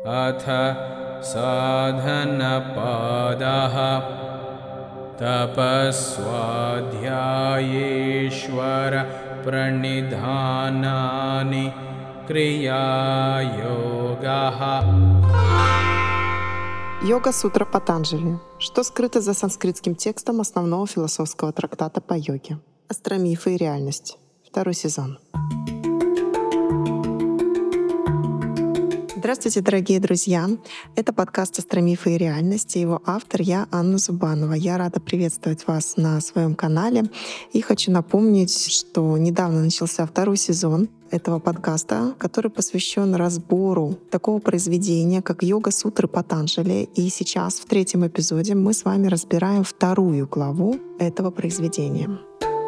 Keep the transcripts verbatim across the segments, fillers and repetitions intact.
atha sadhana padaha tapaswadhyayeshvara pranidhanani kriya yogaha. Йога-сутра Патанджали. Что скрыто за санскритским текстом основного философского трактата по йоге? Астромифы и реальность. Второй сезон. Здравствуйте, дорогие друзья! Это подкаст «Астромифы и реальность», и его автор я, Анна Зубанова. Я рада приветствовать вас на своем канале и хочу напомнить, что недавно начался второй сезон этого подкаста, который посвящен разбору такого произведения, как «Йога-сутры Патанджали». И сейчас в третьем эпизоде мы с вами разбираем вторую главу этого произведения.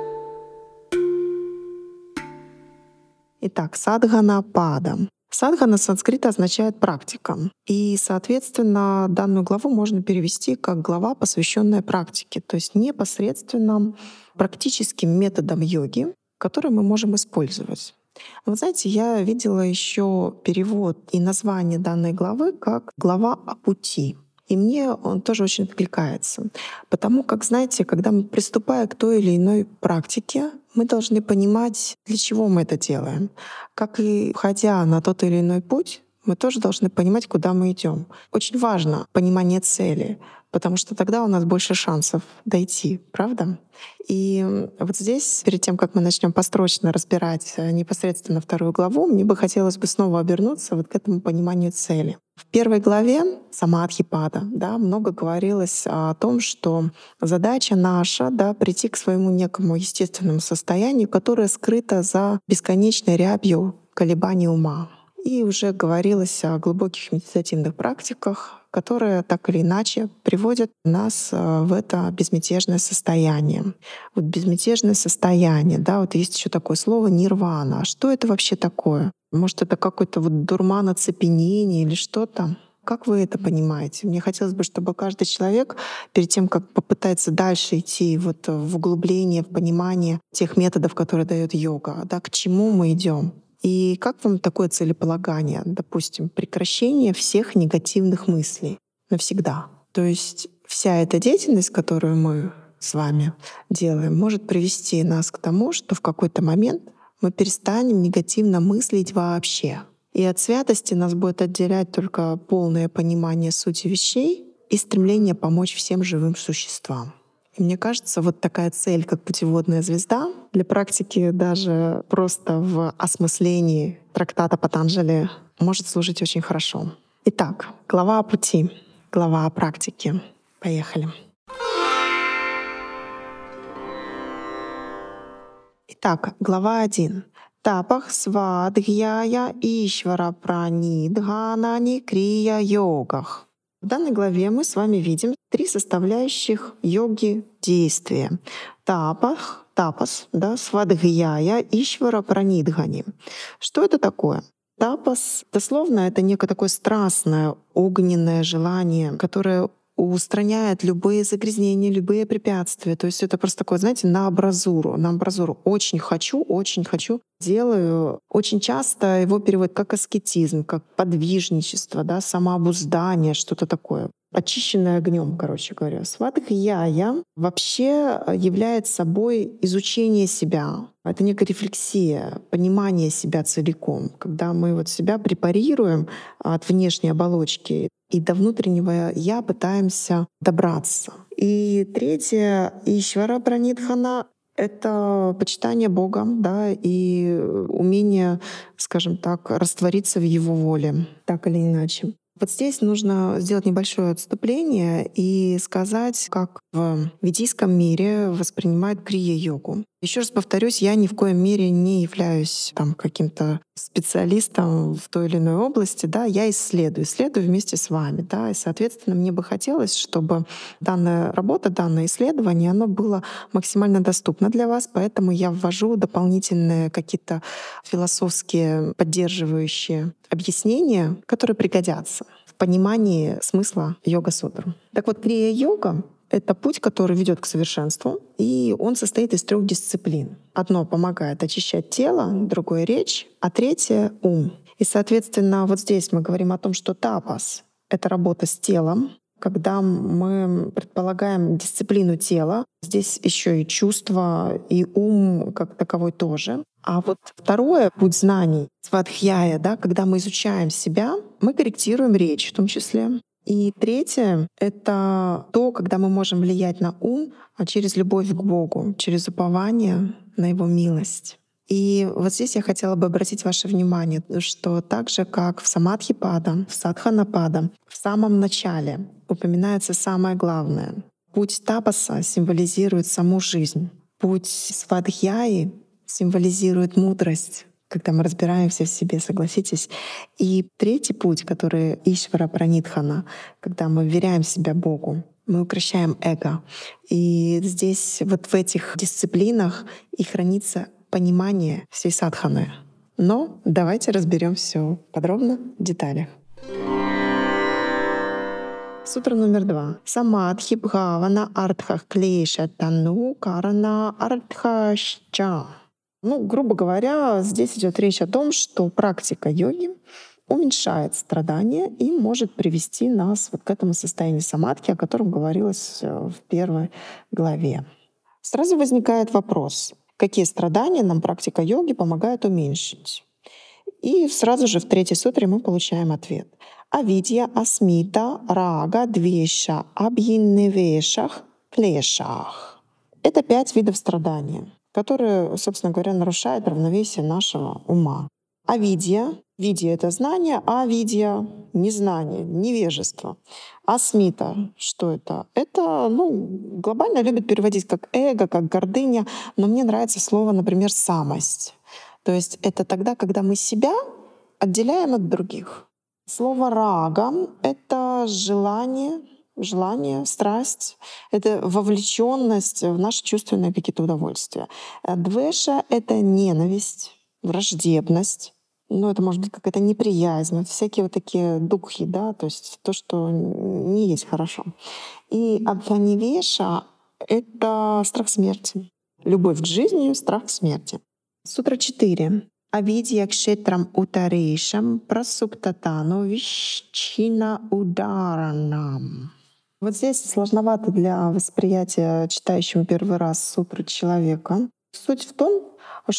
Итак, садхана пада. Садхана с санскрита означает «практика». И, соответственно, данную главу можно перевести как глава, посвященная практике, то есть непосредственно практическим методам йоги, которые мы можем использовать. Вы знаете, я видела еще перевод и название данной главы как «Глава о пути». И мне он тоже очень откликается. Потому как, знаете, когда мы, приступая к той или иной практике, мы должны понимать, для чего мы это делаем. Как и входя на тот или иной путь, мы тоже должны понимать, куда мы идем. Очень важно понимание цели, потому что тогда у нас больше шансов дойти, правда? И вот здесь, перед тем, как мы начнем построчно разбирать непосредственно вторую главу, мне бы хотелось бы снова обернуться вот к этому пониманию цели. В первой главе самадхипада, да, много говорилось о том, что задача наша, да, прийти к своему некому естественному состоянию, которое скрыто за бесконечной рябью колебаний ума. И уже говорилось о глубоких медитативных практиках, которые так или иначе приводят нас в это безмятежное состояние. Вот безмятежное состояние, да, вот есть еще такое слово нирвана. А что это вообще такое? Может, это какой-то вот дурман, оцепенение или что-то? Как вы это понимаете? Мне хотелось бы, чтобы каждый человек перед тем, как попытается дальше идти вот в углубление, в понимание тех методов, которые дает йога, да, к чему мы идем? И как вам такое целеполагание? Допустим, прекращение всех негативных мыслей навсегда. То есть вся эта деятельность, которую мы с вами делаем, может привести нас к тому, что в какой-то момент мы перестанем негативно мыслить вообще. И от святости нас будет отделять только полное понимание сути вещей и стремление помочь всем живым существам. И мне кажется, вот такая цель, как путеводная звезда, для практики даже просто в осмыслении трактата Патанджали может служить очень хорошо. Итак, глава о пути, глава о практике. Поехали. Итак, глава один. Тапах свадхьяя ишвара пранидханани крия йогах. В данной главе мы с вами видим три составляющих йоги действия. Тапах, тапас, да, свадхьяя, ишвара пранидхани. Что это такое? Тапас, дословно, это некое такое страстное, огненное желание, которое устраняет любые загрязнения, любые препятствия. То есть это просто такое, знаете, на амбразуру. На амбразуру. Очень хочу, очень хочу, делаю. Очень часто его переводят как аскетизм, как подвижничество, да, самообуздание, что-то такое. Очищенное огнем, короче говоря. Свадхьяя вообще является собой изучение себя. Это некая рефлексия, понимание себя целиком, когда мы вот себя препарируем от внешней оболочки и до внутреннего «я» пытаемся добраться. И третье, Ишвара Пранидхана — это почитание Бога, да, и умение, скажем так, раствориться в Его воле, так или иначе. Вот здесь нужно сделать небольшое отступление и сказать, как в ведийском мире воспринимают крия-йогу. Еще раз повторюсь, я ни в коем мере не являюсь там каким-то специалистом в той или иной области, да, я исследую, исследую вместе с вами, да, и, соответственно, мне бы хотелось, чтобы данная работа, данное исследование, оно было максимально доступно для вас, поэтому я ввожу дополнительные какие-то философские поддерживающие объяснения, которые пригодятся в понимании смысла йога-сутр. Так вот, крия-йога — это путь, который ведет к совершенству, и он состоит из трех дисциплин. Одно помогает очищать тело, другое — речь, а третье — ум. И, соответственно, вот здесь мы говорим о том, что тапас — это работа с телом, когда мы предполагаем дисциплину тела. Здесь еще и чувства, и ум как таковой тоже. А вот второе — путь знаний, свадхьяя, да, когда мы изучаем себя, мы корректируем речь в том числе. И третье — это то, когда мы можем влиять на ум а через любовь к Богу, через упование на Его милость. И вот здесь я хотела бы обратить ваше внимание, что так же, как в самадхи-пада, в садхана-пада, в самом начале упоминается самое главное. Путь тапаса символизирует саму жизнь. Путь свадхьяи символизирует мудрость, когда мы разбираемся в себе, согласитесь. И третий путь, который Ишвара Пранидхана, когда мы вверяем себя Богу, мы укрощаем эго. И здесь вот в этих дисциплинах и хранится понимание всей садханы. Но давайте разберем все подробно в деталях. Сутра номер два. Самадхи бхавана артхах клеша тану карана артхашча. Ну, грубо говоря, здесь идет речь о том, что практика йоги уменьшает страдания и может привести нас вот к этому состоянию самадхи, о котором говорилось в первой главе. Сразу возникает вопрос, какие страдания нам практика йоги помогает уменьшить? И сразу же в третьей сутре мы получаем ответ. Авидья, асмита, рага, двеша, абьинневешах, клешах. Это пять видов страдания, которые, собственно говоря, нарушают равновесие нашего ума. Авидья, видья — это знание, а авидья — незнание, невежество. Асмита — что это? Это, ну, глобально любят переводить как эго, как гордыня, но мне нравится слово, например, самость. То есть это тогда, когда мы себя отделяем от других. Слово рага — это желание, желание, страсть, это вовлеченность в наши чувственные какие-то удовольствия. Двеша — это ненависть, враждебность. Ну, это может быть какая-то неприязнь, вот всякие вот такие духи, да, то есть то, что не есть хорошо. И абханивеша — это страх смерти. Любовь к жизни, страх к смерти. Сутра четыре. Авидья кшетрам утаришам прасуптатану вишчина ударанам. Вот здесь сложновато для восприятия читающему первый раз сутру человека. Суть в том,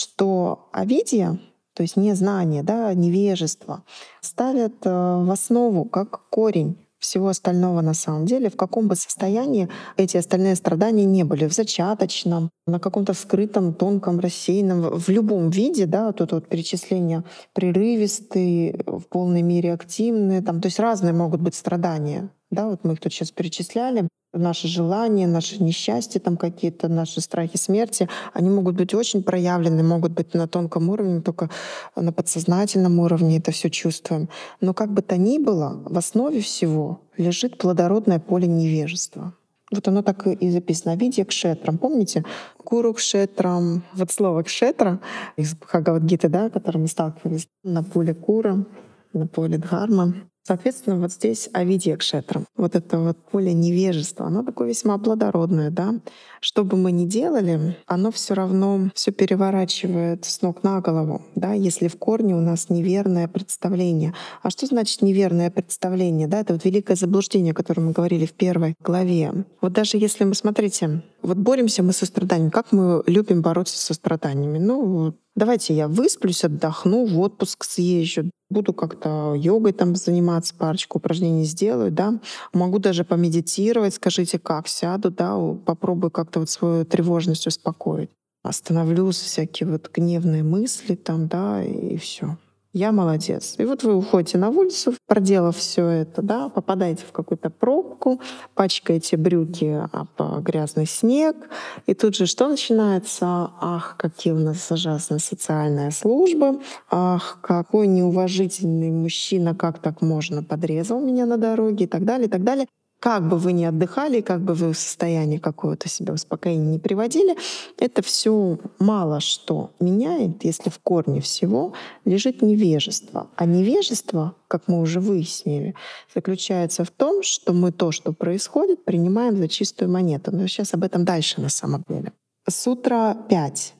что авидья, то есть незнание, да, невежество, ставят в основу как корень всего остального на самом деле, в каком бы состоянии эти остальные страдания не были, в зачаточном, на каком-то скрытом, тонком, рассеянном, в любом виде, да, вот это вот перечисление прерывистые, в полной мере активные, там, то есть разные могут быть страдания. Да, вот мы их тут сейчас перечисляли. Наши желания, наши несчастья, там какие-то наши страхи смерти, они могут быть очень проявлены, могут быть на тонком уровне, только на подсознательном уровне это все чувствуем. Но как бы то ни было, в основе всего лежит плодородное поле невежества. Вот оно так и записано. Видья кшетрам. Помните? Куру кшетрам. Вот слово кшетра из Бхагавад-гиты, да, которым мы сталкивались. На поле кура, на поле дхарма. Соответственно, вот здесь авидья кшетрам. Вот это вот поле невежества, оно такое весьма плодородное, да. Что бы мы ни делали, оно все равно все переворачивает с ног на голову, да, если в корне у нас неверное представление. А что значит неверное представление? Да, это вот великое заблуждение, о котором мы говорили в первой главе. Вот даже если мы, смотрите, вот боремся мы со страданием, как мы любим бороться со страданиями? Ну, давайте я высплюсь, отдохну, в отпуск съезжу, буду как-то йогой там заниматься, парочку упражнений сделаю, да. Могу даже помедитировать, скажите, как, сяду, да, попробую как-то вот свою тревожность успокоить. Остановлюсь, всякие вот гневные мысли там, да, и все. Я молодец. И вот вы уходите на улицу, проделав все это, да, попадаете в какую-то пробку, пачкаете брюки об грязный снег, и тут же что начинается? Ах, какие у нас ужасные социальные службы, ах, какой неуважительный мужчина, как так можно, подрезал меня на дороге и так далее, и так далее. Как бы вы ни отдыхали, как бы вы в состояние какого-то себя успокоения не приводили, это все мало что меняет, если в корне всего лежит невежество. А невежество, как мы уже выяснили, заключается в том, что мы то, что происходит, принимаем за чистую монету. Но сейчас об этом дальше на самом деле. Сутра пять.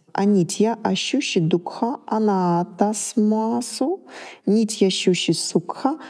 Анитья ащущи дукха анатасмасу, нитья ащущи сукха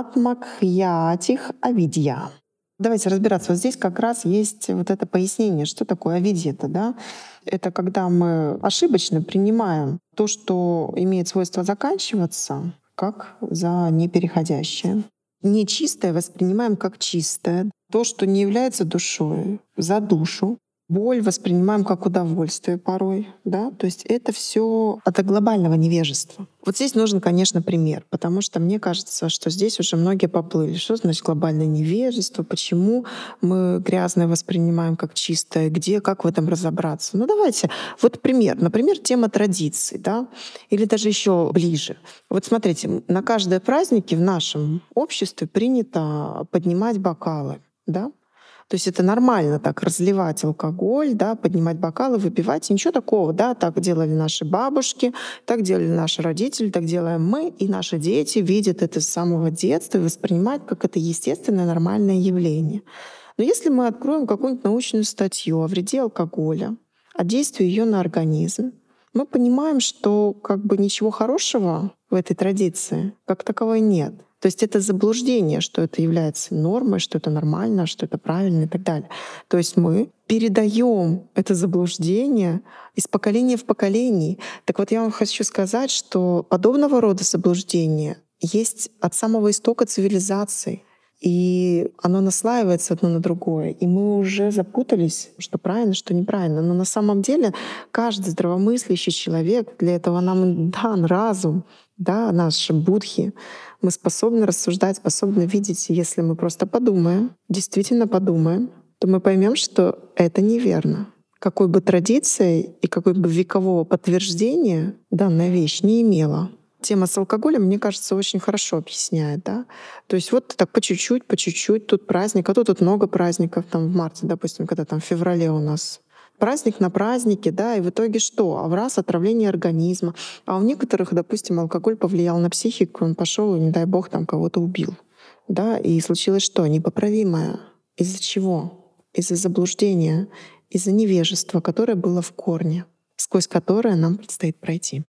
атмакхьятих авидья. Давайте разбираться. Вот здесь как раз есть вот это пояснение, что такое авидья-то, да? Это когда мы ошибочно принимаем то, что имеет свойство заканчиваться, как за непереходящее. Нечистое воспринимаем как чистое. То, что не является душой, за душу. Боль воспринимаем как удовольствие порой, да, то есть это все от глобального невежества. Вот здесь нужен, конечно, пример, потому что мне кажется, что здесь уже многие поплыли. Что значит глобальное невежество? Почему мы грязное воспринимаем как чистое? Где, как в этом разобраться? Ну давайте, вот пример. Например, тема традиций, да, или даже еще ближе. Вот смотрите, на каждые праздники в нашем обществе принято поднимать бокалы, да. То есть это нормально так разливать алкоголь, да, поднимать бокалы, выпивать. И ничего такого, да, так делали наши бабушки, так делали наши родители, так делаем мы, и наши дети видят это с самого детства и воспринимают как это естественное нормальное явление. Но если мы откроем какую-нибудь научную статью о вреде алкоголя, о действии ее на организм, мы понимаем, что как бы ничего хорошего в этой традиции как таковой нет. То есть это заблуждение, что это является нормой, что это нормально, что это правильно и так далее. То есть мы передаем это заблуждение из поколения в поколение. Так вот, я вам хочу сказать, что подобного рода заблуждение есть от самого истока цивилизации. И оно наслаивается одно на другое. И мы уже запутались, что правильно, что неправильно. Но на самом деле каждый здравомыслящий человек, для этого нам дан разум, да, наши будхи, мы способны рассуждать, способны видеть. И если мы просто подумаем, действительно подумаем, то мы поймем, что это неверно. Какой бы традиции и какой бы векового подтверждения данная вещь не имела. Тема с алкоголем, мне кажется, очень хорошо объясняет, да. То есть вот так по чуть-чуть, по чуть-чуть, тут праздник, а тут, тут много праздников, там в марте, допустим, когда там в феврале у нас праздник на празднике, да, и в итоге что? А в раз отравление организма. А у некоторых, допустим, алкоголь повлиял на психику, он пошел и, не дай бог, там кого-то убил. Да, и случилось что? Непоправимое. Из-за чего? Из-за заблуждения, из-за невежества, которое было в корне, сквозь которое нам предстоит пройти.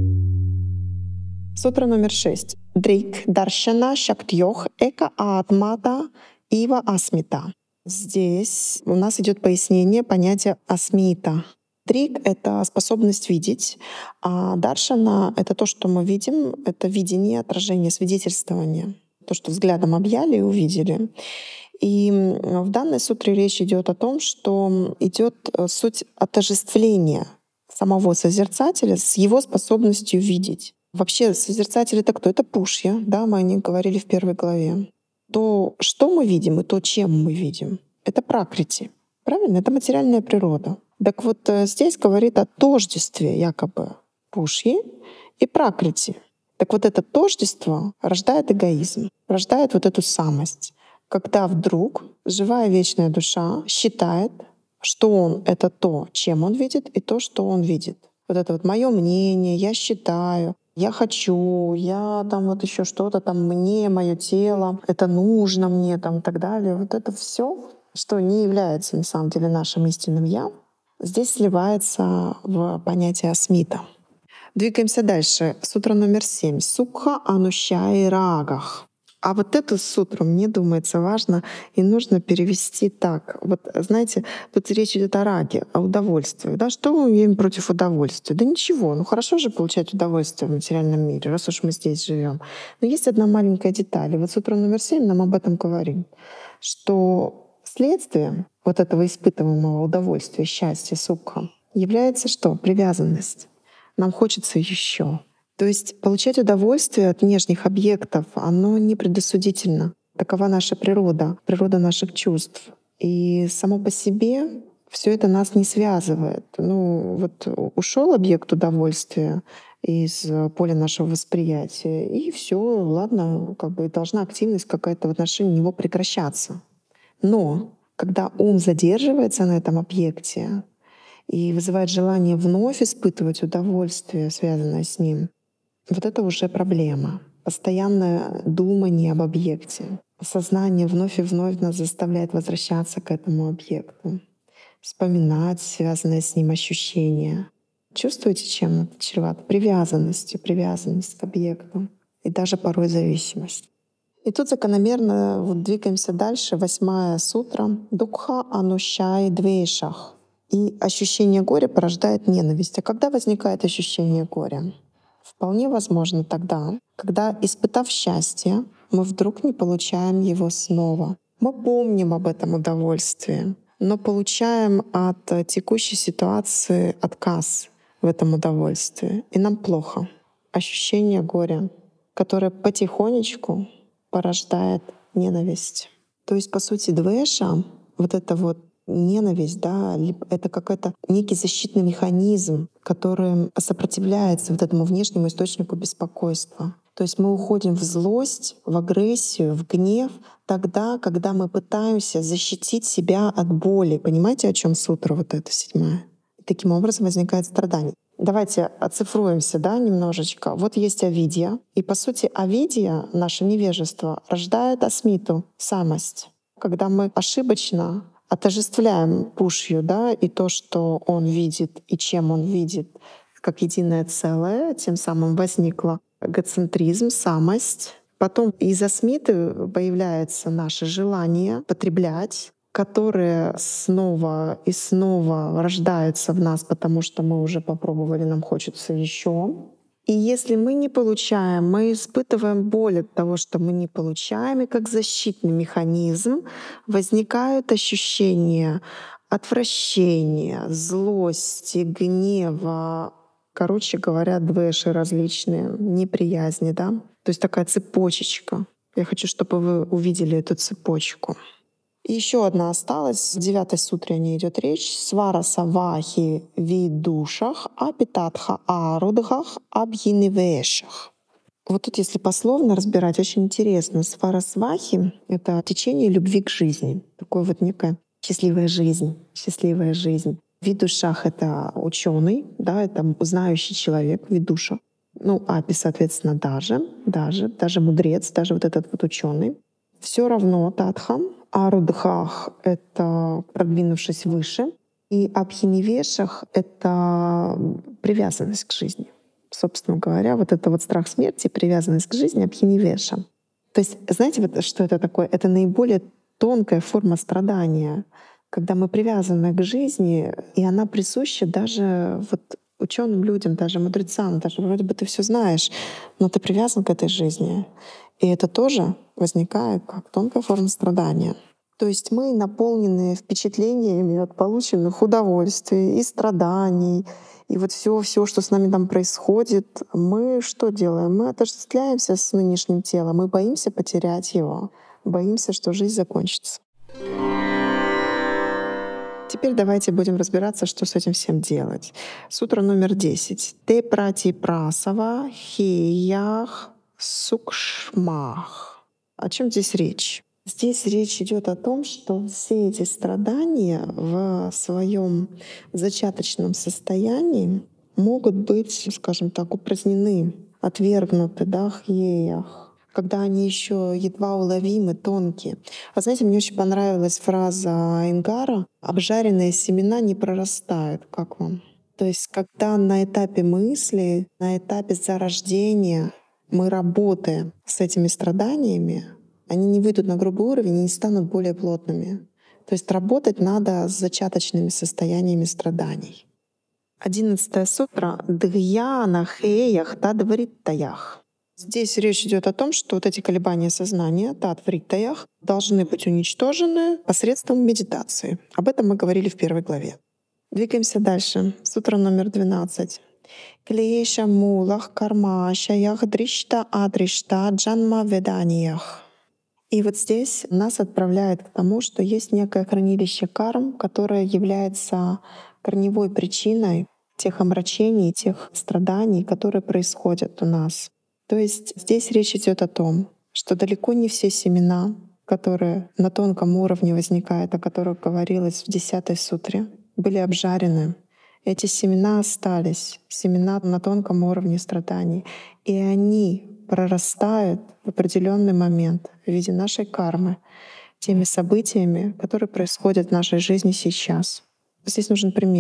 Сутра номер шесть. Дрик даршана шактьох эка атмата ива асмита. Здесь у нас идет пояснение понятия асмита. Дрик — это способность видеть, а даршана — это то, что мы видим, это видение, отражение, свидетельствование. То, что взглядом объяли и увидели. И в данной сутре речь идет о том, что идет суть отождествления самого созерцателя с его способностью видеть. Вообще созерцатель — это кто? Это пушья, да, мы о них говорили в первой главе. То, что мы видим, и то, чем мы видим, это пракрити. Правильно? Это материальная природа. Так вот здесь говорит о тождестве якобы пушьи и пракрити. Так вот это тождество рождает эгоизм, рождает вот эту самость. Когда вдруг живая вечная душа считает, что он — это то, чем он видит, и то, что он видит. Вот это вот мое мнение, я считаю, я хочу, я там вот еще что-то там мне, мое тело, это нужно мне там и так далее. Вот это все, что не является на самом деле нашим истинным я, здесь сливается в понятие асмита. Двигаемся дальше. Сутра номер семь. Сукха анущай рагах. А вот эту сутру, мне думается, важно и нужно перевести так. Вот знаете, тут речь идет о раге, о удовольствии. Да? Что мы имеем против удовольствия? Да ничего, ну хорошо же получать удовольствие в материальном мире, раз уж мы здесь живем. Но есть одна маленькая деталь. И вот сутра номер семь нам об этом говорит, что следствием вот этого испытываемого удовольствия, счастья, сукха, является что? Привязанность. Нам хочется еще. То есть получать удовольствие от внешних объектов, оно не предосудительно. Такова наша природа, природа наших чувств. И само по себе все это нас не связывает. Ну вот ушел объект удовольствия из поля нашего восприятия, и все, ладно, как бы должна активность какая-то в отношении него прекращаться. Но когда ум задерживается на этом объекте и вызывает желание вновь испытывать удовольствие, связанное с ним, вот это уже проблема. Постоянное думание об объекте. Сознание вновь и вновь нас заставляет возвращаться к этому объекту, вспоминать связанные с ним ощущения. Чувствуете, чем это чревато? Привязанностью, привязанность к объекту и даже порой зависимость. И тут закономерно вот двигаемся дальше. Восьмая сутра. Дукха анушай двешах. И ощущение горя порождает ненависть. А когда возникает ощущение горя? Вполне возможно тогда, когда, испытав счастье, мы вдруг не получаем его снова. Мы помним об этом удовольствии, но получаем от текущей ситуации отказ в этом удовольствии. И нам плохо. Ощущение горя, которое потихонечку порождает ненависть. То есть, по сути, двеша, вот это вот ненависть, да, это какой-то некий защитный механизм, который сопротивляется вот этому внешнему источнику беспокойства. То есть мы уходим в злость, в агрессию, в гнев тогда, когда мы пытаемся защитить себя от боли. Понимаете, о чем сутра вот эта седьмая? И таким образом возникает страдание. Давайте оцифруемся, да, немножечко. Вот есть авидья. И по сути авидья, наше невежество, рождает асмиту, самость. Когда мы ошибочно отождествляем пушью, да, и то, что он видит, и чем он видит, как единое целое, тем самым возникла эгоцентризм, самость. Потом из асмиты появляется наше желание потреблять, которые снова и снова рождаются в нас, потому что мы уже попробовали, нам хочется еще. И если мы не получаем, мы испытываем боль от того, что мы не получаем, и как защитный механизм возникают ощущения отвращения, злости, гнева. Короче говоря, двеши различные, неприязни, да? То есть такая цепочечка. Я хочу, чтобы вы увидели эту цепочку. И еще одна осталась. В девятой сутре о ней идет речь. Свара савахи видушах, апитатха арудхах, абхинивешах. Вот тут, если пословно разбирать, очень интересно. Свара свахи — это течение любви к жизни. Такое вот некая счастливая жизнь, счастливая жизнь. Видушах — это ученый, да, это знающий человек, видуша. Ну, апи, соответственно, даже, даже, даже мудрец, даже вот этот вот ученый. Все равно татхам. Арудхах — это продвинувшись выше, и абхинивешах — это привязанность к жизни. Собственно говоря, вот это вот страх смерти, привязанность к жизни — абхинивеша. То есть, знаете, вот что это такое? Это наиболее тонкая форма страдания, когда мы привязаны к жизни, и она присуща даже вот ученым людям, даже мудрецам, даже вроде бы ты все знаешь, но ты привязан к этой жизни. И это тоже возникает как тонкая форма страдания. То есть мы наполнены впечатлениями от полученных удовольствий и страданий, и вот все, все, что с нами там происходит, мы что делаем? Мы отождествляемся с нынешним телом, мы боимся потерять его, боимся, что жизнь закончится. Теперь давайте будем разбираться, что с этим всем делать. Сутра номер десять. Те прати прасава хеях сукшмах. О чем здесь речь? Здесь речь идет о том, что все эти страдания в своем зачаточном состоянии могут быть, скажем так, упразднены, отвергнуты, да, хеях, когда они еще едва уловимы, тонкие. А знаете, мне очень понравилась фраза Ингара: «Обжаренные семена не прорастают». Как вам? То есть когда на этапе мысли, на этапе зарождения мы работаем с этими страданиями, они не выйдут на грубый уровень и не станут более плотными. То есть работать надо с зачаточными состояниями страданий. Одиннадцатая сутра «Дгьяна хеях тадвриттаях». Здесь речь идет о том, что вот эти колебания сознания, тадвриттаях, должны быть уничтожены посредством медитации. Об этом мы говорили в первой главе. Двигаемся дальше. Сутра номер двенадцать. Клеша мулах кармашаях дришта адришта джанма веданиях. И вот здесь нас отправляет к тому, что есть некое хранилище карм, которое является корневой причиной тех омрачений, тех страданий, которые происходят у нас. То есть здесь речь идет о том, что далеко не все семена, которые на тонком уровне возникают, о которых говорилось в десятой сутре, были обжарены. Эти семена остались, семена на тонком уровне страданий, и они прорастают в определенный момент в виде нашей кармы, теми событиями, которые происходят в нашей жизни сейчас. Здесь нужен пример.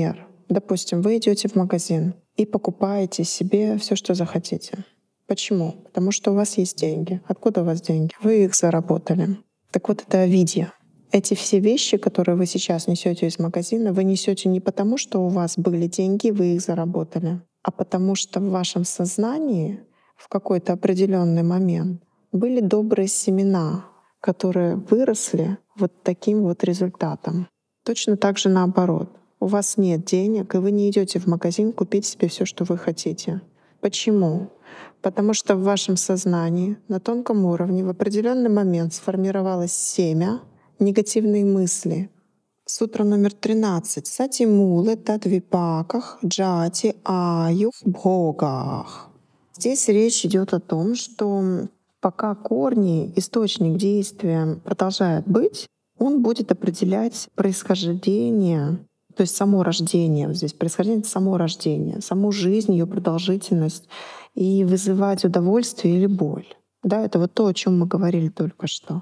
допустим, вы идете в магазин и покупаете себе все, что захотите. Почему? Потому что у вас есть деньги. Откуда у вас деньги? Вы их заработали. Так вот, это авидья. Эти все вещи, которые вы сейчас несете из магазина, вы несете не потому, что у вас были деньги, вы их заработали, а потому что в вашем сознании в какой-то определенный момент были добрые семена, которые выросли вот таким вот результатом. Точно так же наоборот. У вас нет денег, и вы не идете в магазин купить себе все, что вы хотите. Почему? Потому что в вашем сознании на тонком уровне в определенный момент сформировалось семя негативные мысли. Сутра номер тринадцать. Сатимулы татвипаках джати аюх бхогах. Здесь речь идет о том, что пока корни, источник действия продолжает быть, он будет определять происхождение, то есть само рождение. Вот здесь происхождение — это само рождение, саму жизнь, ее продолжительность, и вызывать удовольствие или боль. Да, это вот то, о чем мы говорили только что,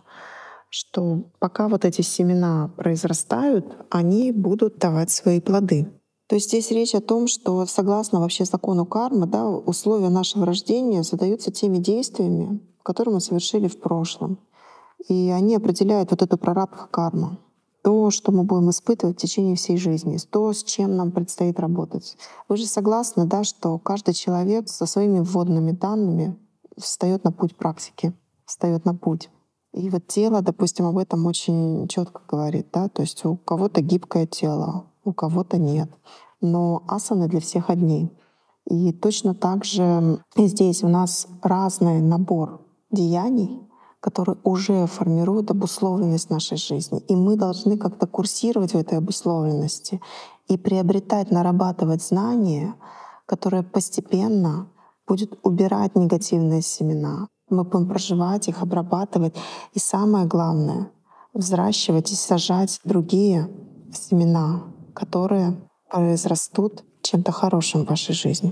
что пока вот эти семена произрастают, они будут давать свои плоды. То есть здесь речь о том, что согласно вообще закону кармы, да, условия нашего рождения задаются теми действиями, которые мы совершили в прошлом. И они определяют вот эту прарабдха карму, то, что мы будем испытывать в течение всей жизни, то, с чем нам предстоит работать. Вы же согласны, да, что каждый человек со своими вводными данными встает на путь практики, встает на путь. И вот тело, допустим, об этом очень четко говорит, да, то есть у кого-то гибкое тело, у кого-то нет. Но асаны для всех одни. И точно так же здесь у нас разный набор деяний, которые уже формируют обусловленность нашей жизни. И мы должны как-то курсировать в этой обусловленности и приобретать, нарабатывать знания, которые постепенно будут убирать негативные семена. Мы будем проживать их, обрабатывать. И самое главное — взращивать и сажать другие семена, которые произрастут чем-то хорошим в вашей жизни.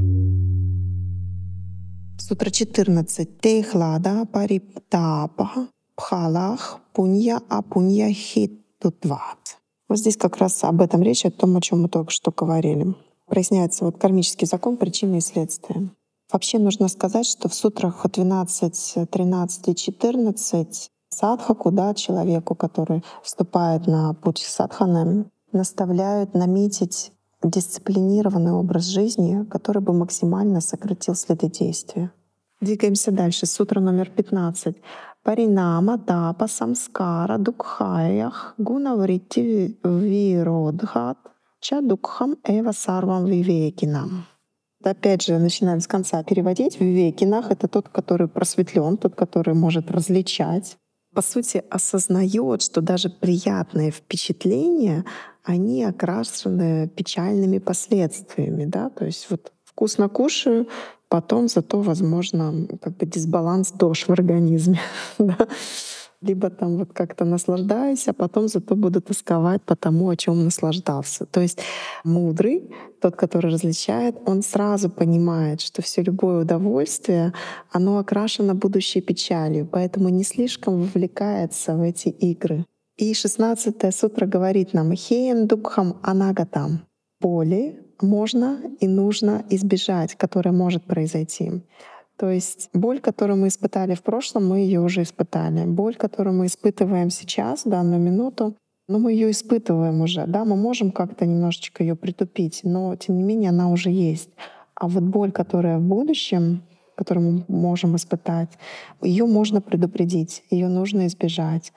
Сутра четырнадцать. Техлада париптапа пхалах пунья апунья хитутват. Вот здесь как раз об этом речь, о том, о чем мы только что говорили. Проясняется вот кармический закон причины и следствия. Вообще нужно сказать, что в сутрах двенадцать, тринадцать и четырнадцать садхаку, да, человеку, который вступает на путь садханы, наставляют наметить дисциплинированный образ жизни, который бы максимально сократил следы действия. Двигаемся дальше. Сутра номер пятнадцать. Паринама тапа самскара дукхаях гунаврити виродхат ча дукхам эва сарвам вивекинам. Опять же, начинаем с конца переводить. В вивекинах — это тот, который просветлен, тот, который может различать. По сути, осознает, что даже приятные впечатления, они окрашены печальными последствиями. Да? То есть вот вкусно кушаю, потом зато, возможно, как бы дисбаланс дож в организме. Да? Либо там вот как-то наслаждаюсь, а потом зато буду тосковать по тому, о чем наслаждался. То есть мудрый, тот, который различает, он сразу понимает, что все любое удовольствие, оно окрашено будущей печалью, поэтому не слишком вовлекается в эти игры. И шестнадцатая сутра говорит нам «Хеем дукхам анагатам» — боли можно и нужно избежать, которая может произойти. То есть боль, которую мы испытали в прошлом, мы ее уже испытали. Боль, которую мы испытываем сейчас, в данную минуту, но мы ее испытываем уже. Да, мы можем как-то немножечко ее притупить, но тем не менее она уже есть. А вот боль, которая в будущем, которую мы можем испытать, ее можно предупредить, ее нужно избежать.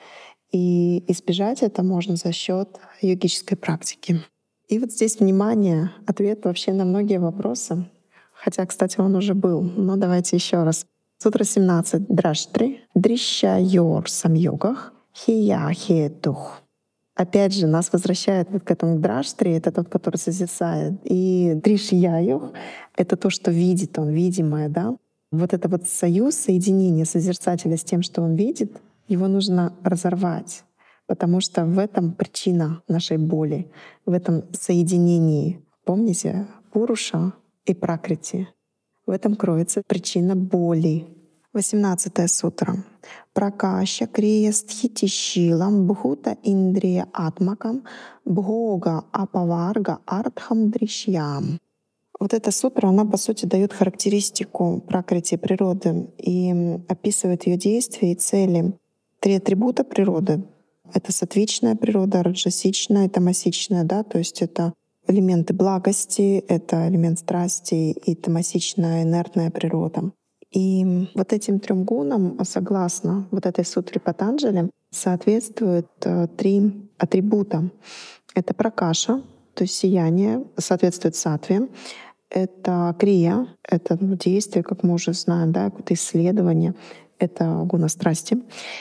И избежать это можно за счет йогической практики. И вот здесь, внимание, ответ вообще на многие вопросы. Хотя, кстати, он уже был, но давайте еще раз. Сутра семнадцать. Драштри. Дрища йор самьогах. Хия хетух. Опять же, нас возвращает вот к этому драштри, это тот, который созерцает. И дришьяюх — это то, что видит он, видимое, да? Вот это вот союз, соединение созерцателя с тем, что он видит, его нужно разорвать, потому что в этом причина нашей боли, в этом соединении. Помните, Пуруша и Пракрити. В этом кроется причина боли. восемнадцатая сутра. Пракаша крия стхити шилам бхута индрия атмакам бхога апаварга артхам дришьям. Вот эта сутра, она, по сути, дает характеристику пракрити природы и описывает ее действия и цели. Три атрибута природы — это сатвичная природа, раджасичная и тамасичная, да, то есть это элементы благости, это элемент страсти и тамасичная инертная природа. И вот этим трем гунам, согласно вот этой сутре Патанджали, соответствуют э, три атрибута. Это пракаша, то есть сияние, соответствует сатве. Это крия, это действие, как мы уже знаем, да, это исследование, это гуна страсти.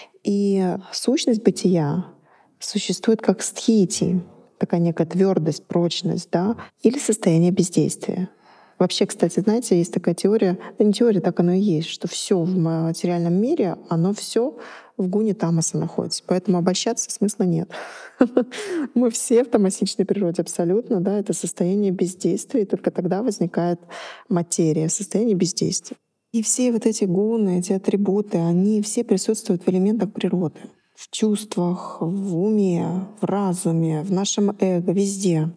И сущность бытия существует как стхити, такая некая твердость, прочность, да, или состояние бездействия. Вообще, кстати, знаете, есть такая теория, да не теория, так оно и есть, что все в материальном мире, оно все в гуне тамаса находится. Поэтому обольщаться смысла нет. Мы все в тамасичной природе абсолютно, да, это состояние бездействия, и только тогда возникает материя, состояние бездействия. И все вот эти гуны, эти атрибуты, они все присутствуют в элементах природы. В чувствах, в уме, в разуме, в нашем эго, везде.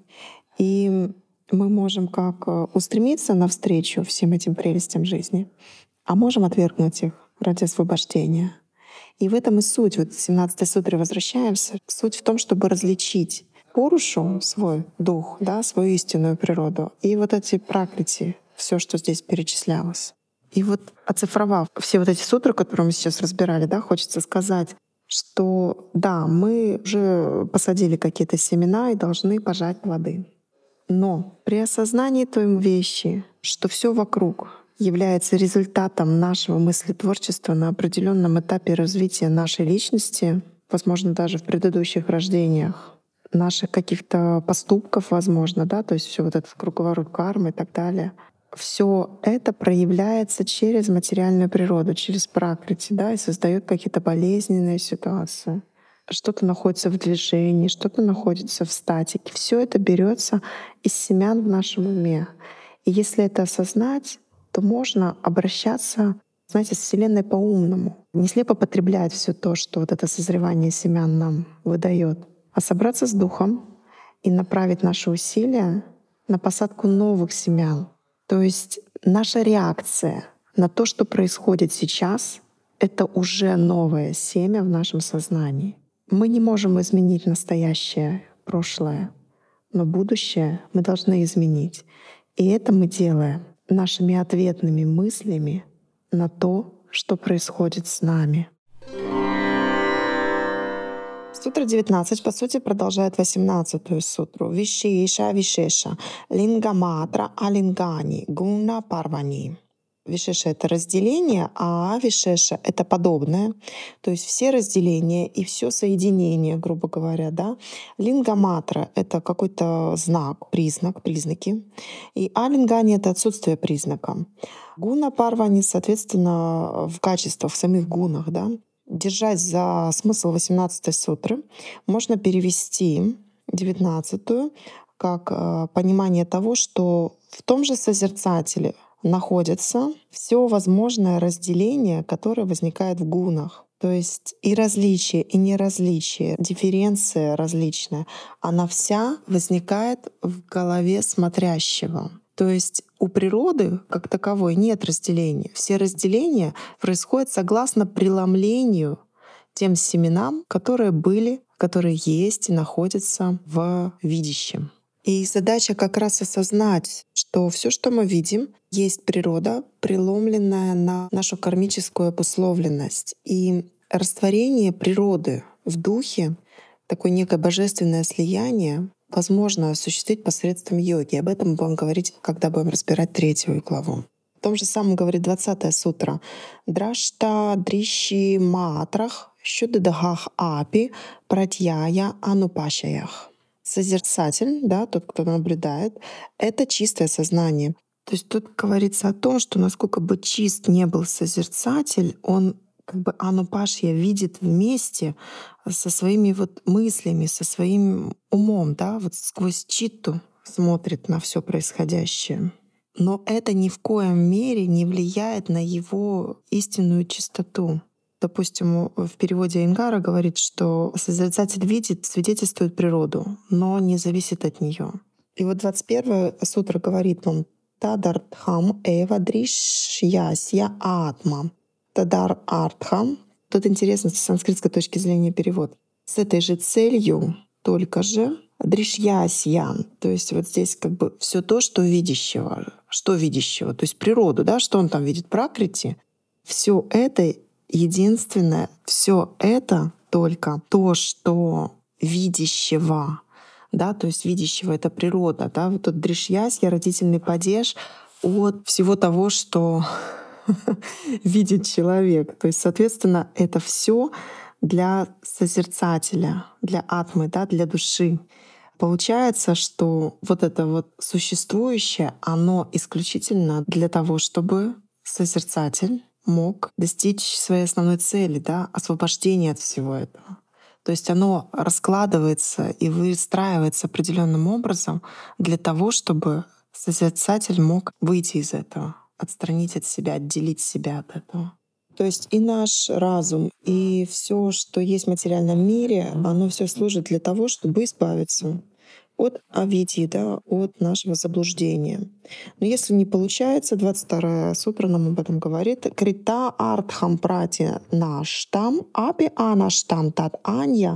И мы можем как устремиться навстречу всем этим прелестям жизни, а можем отвергнуть их ради освобождения. И в этом и суть. Вот в семнадцатой сутре возвращаемся. Суть в том, чтобы различить Пурушу, свой дух, да, свою истинную природу, и вот эти пракрити, все, что здесь перечислялось. И вот оцифровав все вот эти сутры, которые мы сейчас разбирали, да, хочется сказать, что да, мы уже посадили какие-то семена и должны пожать плоды. Но при осознании той вещи, что все вокруг является результатом нашего мыслетворчества на определенном этапе развития нашей личности, возможно, даже в предыдущих рождениях, наших каких-то поступков, возможно, да, то есть все вот этот круговорот кармы и так далее, все это проявляется через материальную природу, через пракрити, да, и создает какие-то болезненные ситуации. Что-то находится в движении, что-то находится в статике. Все это берется из семян в нашем уме. И если это осознать, то можно обращаться, знаете, с Вселенной по-умному. Не слепо потреблять все то, что вот это созревание семян нам выдает, а собраться с духом и направить наши усилия на посадку новых семян. То есть наша реакция на то, что происходит сейчас, это уже новое семя в нашем сознании. Мы не можем изменить настоящее, прошлое, но будущее мы должны изменить. И это мы делаем нашими ответными мыслями на то, что происходит с нами. Сутра девятнадцать, по сути, продолжает восемнадцатую сутру. Вишеша, вишеша, лингаматра, алингани, гуна, парвани. Вишеша — это разделение, а авишеша — это подобное. То есть все разделения и все соединение, грубо говоря. Да? Лингаматра — это какой-то знак, признак, признаки. И алингани — это отсутствие признака. Гуна, парвани, соответственно, в качествах, в самих гунах. Да? Держась за смысл восемнадцатой сутры, можно перевести девятнадцатую как понимание того, что в том же созерцателе находится все возможное разделение, которое возникает в гунах. То есть и различие, и неразличие, дифференция различная, она вся возникает в голове смотрящего. То есть у природы как таковой нет разделения. Все разделения происходят согласно преломлению тем семенам, которые были, которые есть и находятся в видящем. И задача как раз осознать, что все, что мы видим, есть природа, преломленная на нашу кармическую обусловленность. И растворение природы в духе, такое некое божественное слияние, возможно осуществить посредством йоги. Об этом мы будем говорить, когда будем разбирать третью главу. В том же самом говорит двадцатая сутра. Драшта дриши матрах щуддахах апи пратьяя анупашаях. Созерцатель, да, тот, кто наблюдает, это чистое сознание. То есть тут говорится о том, что насколько бы чист не был созерцатель, он как бы анупашья видит вместе со своими вот мыслями, со своим умом, да, вот сквозь читту смотрит на все происходящее. но это ни в коем мере не влияет на его истинную чистоту. Допустим, в переводе Ингара говорит, что созерцатель видит, свидетельствует природу, но не зависит от нее. И вот двадцать первая сутра говорит нам «Тадартхам эва дришьясья атма». Тадар артхам. Тут интересно с санскритской точки зрения перевод. С этой же целью, только же, дришьясья. То есть вот здесь как бы все то, что видящего. Что видящего? То есть природу, да? Что он там видит? Пракрити. Все это единственное, все это только то, что видящего, да, то есть видящего — это природа, да, вот тот дришьясья, родительный падеж от всего того, что видит человек. То есть, соответственно, это все для созерцателя, для атмы, да, для души. Получается, что вот это вот существующее, оно исключительно для того, чтобы созерцатель мог достичь своей основной цели, да, освобождения от всего этого. То есть оно раскладывается и выстраивается определенным образом для того, чтобы созерцатель мог выйти из этого, отстранить от себя, отделить себя от этого. То есть и наш разум, и все, что есть в материальном мире, оно все служит для того, чтобы избавиться от авидьи, да, от нашего заблуждения. Но если не получается, двадцать вторая сутра нам об этом говорит, «Крита артхам прати наштам, апи анаштам тат анья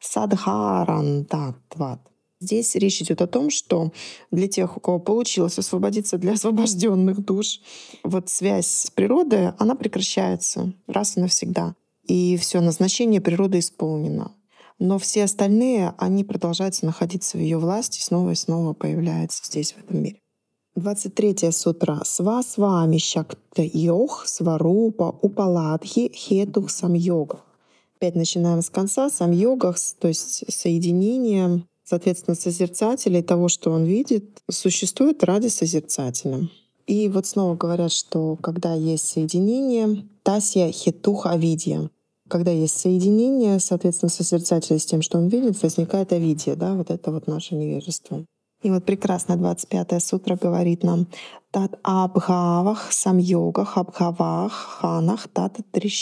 садхаран татват». Здесь речь идет о том, что для тех, у кого получилось освободиться, для освобожденных душ, вот связь с природой, она прекращается раз и навсегда. И все назначение природы исполнено. Но все остальные, они продолжают находиться в ее власти, снова и снова появляются здесь, в этом мире. двадцать третья сутра. Сва свами шакта йог сварупа упаладхи хетух самьога. Опять начинаем с конца. Самьогах, то есть соединение, соответственно, созерцателя и того, что он видит, существует ради созерцателя. И вот снова говорят, что когда есть соединение, тасья хетух авидья. Когда есть соединение, соответственно, созерцателя с тем, что он видит, возникает авидья, да, вот это вот наше невежество. И вот прекрасно двадцать пятая сутра говорит нам «Тат абхавах самьогах абхавах ханах тат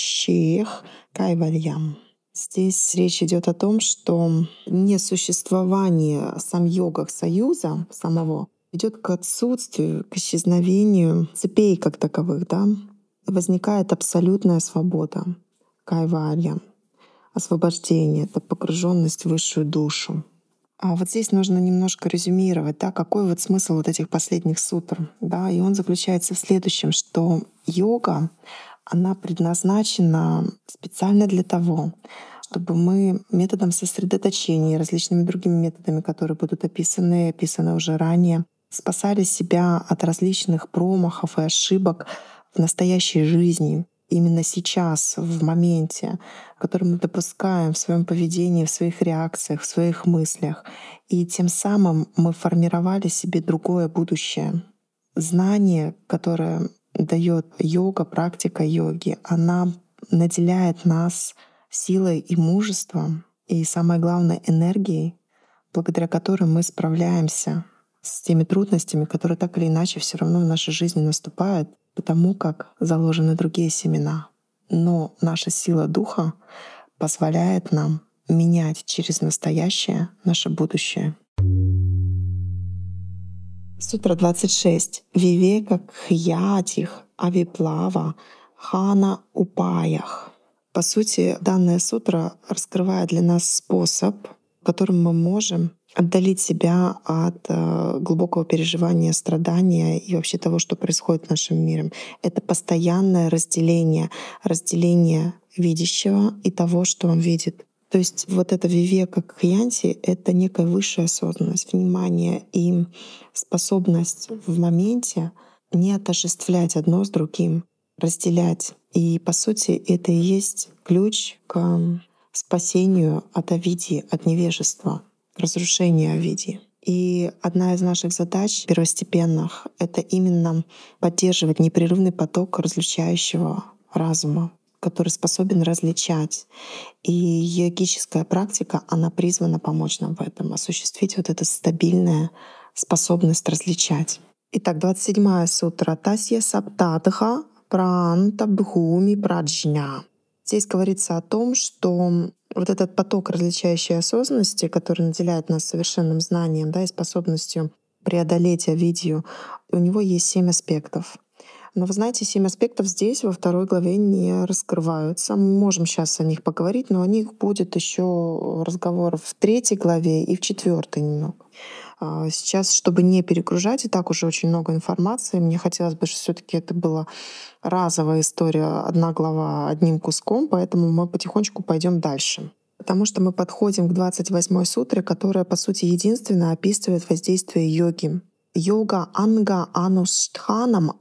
трещех кайвальям». Здесь речь идет о том, что несуществование самьогах союза самого идет к отсутствию, к исчезновению цепей как таковых, да, возникает абсолютная свобода. Кайвалья, освобождение, это погруженность в высшую душу. А вот здесь нужно немножко резюмировать, да, какой вот смысл вот этих последних сутр. Да, и он заключается в следующем, что йога, она предназначена специально для того, чтобы мы методом сосредоточения и различными другими методами, которые будут описаны, описаны уже ранее, спасали себя от различных промахов и ошибок в настоящей жизни. Именно сейчас, в моменте, который мы допускаем в своем поведении, в своих реакциях, в своих мыслях. И тем самым мы формировали себе другое будущее. Знание, которое дает йога, практика йоги, она наделяет нас силой и мужеством, и самое главное — энергией, благодаря которой мы справляемся с теми трудностями, которые так или иначе все равно в нашей жизни наступают, потому как заложены другие семена. Но наша сила духа позволяет нам менять через настоящее наше будущее. Сутра двадцать шесть. Вивека кхьятих авиплава хана упаях. По сути, данная сутра раскрывает для нас способ, которым мы можем отдалить себя от э, глубокого переживания, страдания и вообще того, что происходит в нашем мире. Это постоянное разделение, разделение видящего и того, что он видит. То есть вот это вивека кхьянти — это некая высшая осознанность, внимание и способность в моменте не отождествлять одно с другим, разделять. И по сути это и есть ключ к спасению от авидьи, от невежества, разрушения авидьи. И одна из наших задач первостепенных — это именно поддерживать непрерывный поток различающего разума, который способен различать. И йогическая практика, она призвана помочь нам в этом, осуществить вот эту стабильную способность различать. Итак, двадцать седьмая сутра. Тасья саптадха пранта бхуми праджня. Здесь говорится о том, что вот этот поток различающей осознанности, который наделяет нас совершенным знанием, да, и способностью преодолеть авидью, у него есть семь аспектов. Но вы знаете, семь аспектов здесь во второй главе не раскрываются. Мы можем сейчас о них поговорить, но о них будет еще разговор в третьей главе и в четвертой немного. А Сейчас, чтобы не перегружать, и так уже очень много информации, мне хотелось бы, чтобы все-таки это была разовая история, одна глава одним куском, поэтому мы потихонечку пойдем дальше. Потому что мы подходим к двадцать восьмой сутре, которая, по сути, единственно описывает воздействие йоги. Йога анга ануштханам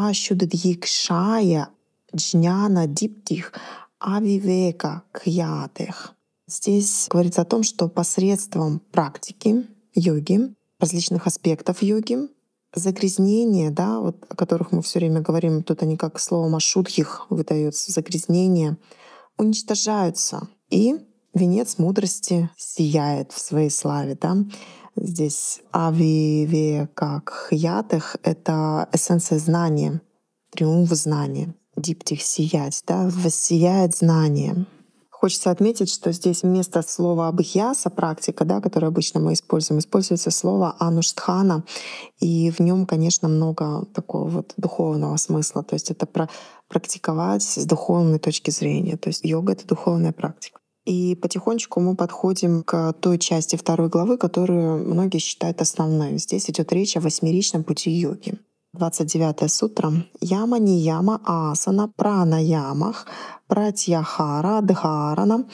ашуддхикшая джняна диптих авивека кьятех. Здесь говорится о том, что посредством практики йоги, различных аспектов йоги, загрязнения, да, вот, о которых мы все время говорим, тут они как словом ашудхих выдаются, загрязнения, уничтожаются, и венец мудрости сияет в своей славе. Да? Здесь авивека кьятех — это эссенция знания, триумф знания, диптих — сиять, да? Воссияет знание. Хочется отметить, что здесь вместо слова абхьяса, практика, да, которую обычно мы используем, используется слово ануштхана, и в нем, конечно, много такого вот духовного смысла. То есть это про практиковать с духовной точки зрения. То есть йога — это духовная практика. И потихонечку мы подходим к той части второй главы, которую многие считают основной. Здесь идет речь о восьмеричном пути йоги. двадцать девятая сутра. Яма нияма асана пранаямах пратьяхара дхарана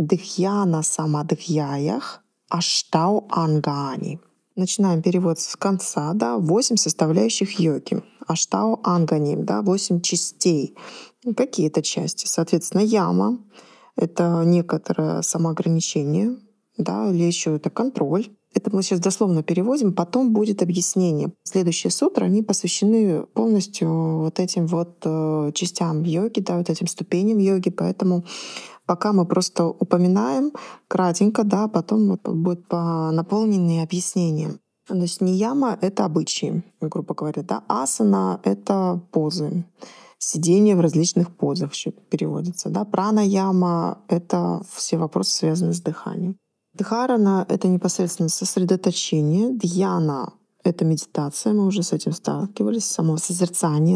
дхьяна самадхьяях аштау ангани. Начинаем перевод с конца. Да, восемь составляющих йоги. Аштау ангани, да, восемь частей. Какие это части? Соответственно, яма — это некоторое самоограничение, да, или еще это контроль. Это мы сейчас дословно переводим, потом будет объяснение. Следующие сутры, они посвящены полностью вот этим вот э, частям йоги, да, вот этим ступеням йоги, поэтому пока мы просто упоминаем кратенько, да, потом вот будет по наполненные объяснения. То есть нияма — это обычаи, грубо говоря, да, асана — это позы, сидение в различных позах еще переводится, да, пранаяма — это все вопросы, связанные с дыханием. Дхарана — это непосредственно сосредоточение. Дьяна — это медитация, мы уже с этим сталкивались, само созерцание.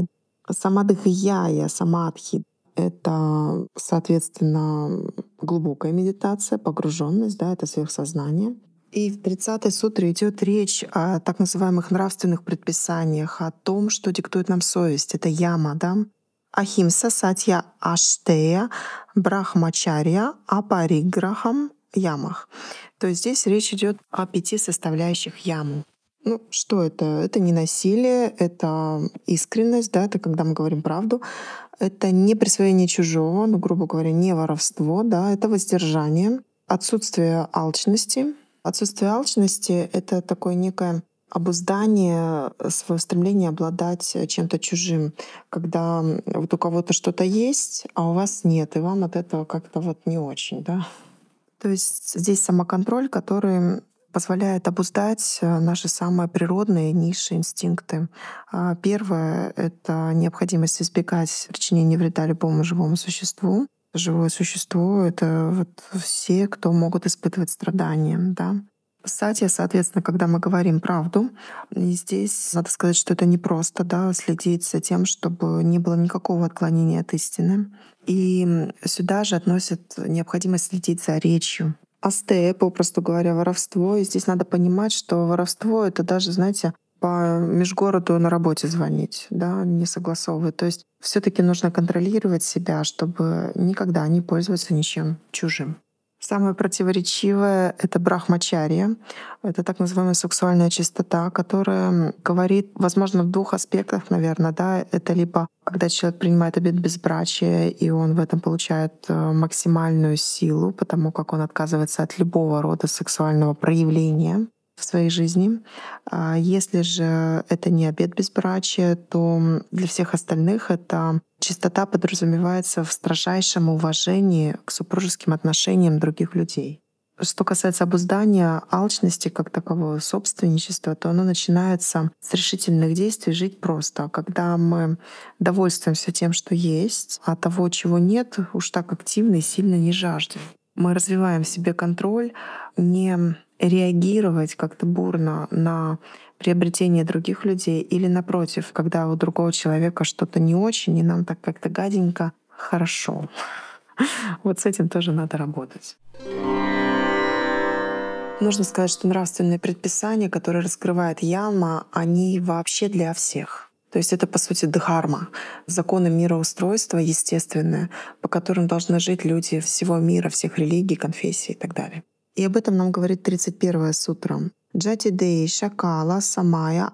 Самадхьяя, самадхи — это, соответственно, глубокая медитация, погруженность, да, это сверхсознание. И в тридцатой сутре идет речь о так называемых нравственных предписаниях, о том, что диктует нам совесть. Это яма, да? Ахимса, сатья, аштея, брахмачарья, апариграхам, ямах. То есть здесь речь идет о пяти составляющих ямы. Ну, что это? Это не насилие, это искренность, да, это когда мы говорим правду, это не присвоение чужого, ну, грубо говоря, не воровство, да, это воздержание, отсутствие алчности. Отсутствие алчности — это такое некое обуздание своего стремления обладать чем-то чужим, когда вот у кого-то что-то есть, а у вас нет, и вам от этого как-то вот не очень, да. То есть здесь самоконтроль, который позволяет обуздать наши самые природные, низшие инстинкты. А Первое — это необходимость избегать причинения вреда любому живому существу. Живое существо — это вот все, кто могут испытывать страдания. Да? Сатья, соответственно, когда мы говорим правду, и здесь надо сказать, что это непросто, да, следить за тем, чтобы не было никакого отклонения от истины. И сюда же относят необходимость следить за речью. Астея, попросту говоря, воровство. И здесь надо понимать, что воровство — это даже, знаете, по межгороду на работе звонить, да, не согласовывать. То есть все таки нужно контролировать себя, чтобы никогда не пользоваться ничем чужим. Самое противоречивое — это брахмачарья. Это так называемая сексуальная чистота, которая говорит, возможно, в двух аспектах, наверное. Да? Это либо когда человек принимает обет безбрачия, и он в этом получает максимальную силу, потому как он отказывается от любого рода сексуального проявления в своей жизни. Если же это не обет безбрачия, то для всех остальных это чистота подразумевается в строжайшем уважении к супружеским отношениям других людей. Что касается обуздания алчности как такового, собственничества, то оно начинается с решительных действий жить просто. Когда мы довольствуемся тем, что есть, а того, чего нет, уж так активно и сильно не жаждем. Мы развиваем в себе контроль, не реагировать как-то бурно на приобретение других людей или напротив, когда у другого человека что-то не очень, и нам так как-то гаденько хорошо. Вот с этим тоже надо работать. Нужно сказать, что нравственные предписания, которые раскрывает яма, они вообще для всех. То есть это, по сути, дхарма, законы мироустройства естественные, по которым должны жить люди всего мира, всех религий, конфессий и так далее. И об этом нам говорит тридцать первая сутра. Джати дей шакала самая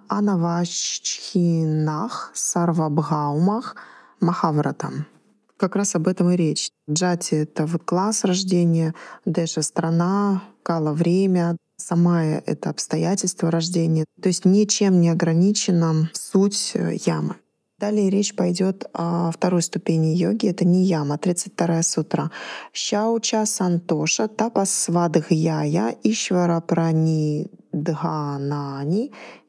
анавачхинах сарвабхаумах махавратам. Как раз об этом и речь. Джати — это вот класс рождения, Деша — страна, Кала — время, Самая — это обстоятельства рождения. То есть ничем не ограничена суть ямы. Далее речь пойдет о второй ступени йоги. Это не яма, тридцать вторая сутра. Шауча сантоша тапасвадхьяя ишвара прани дханани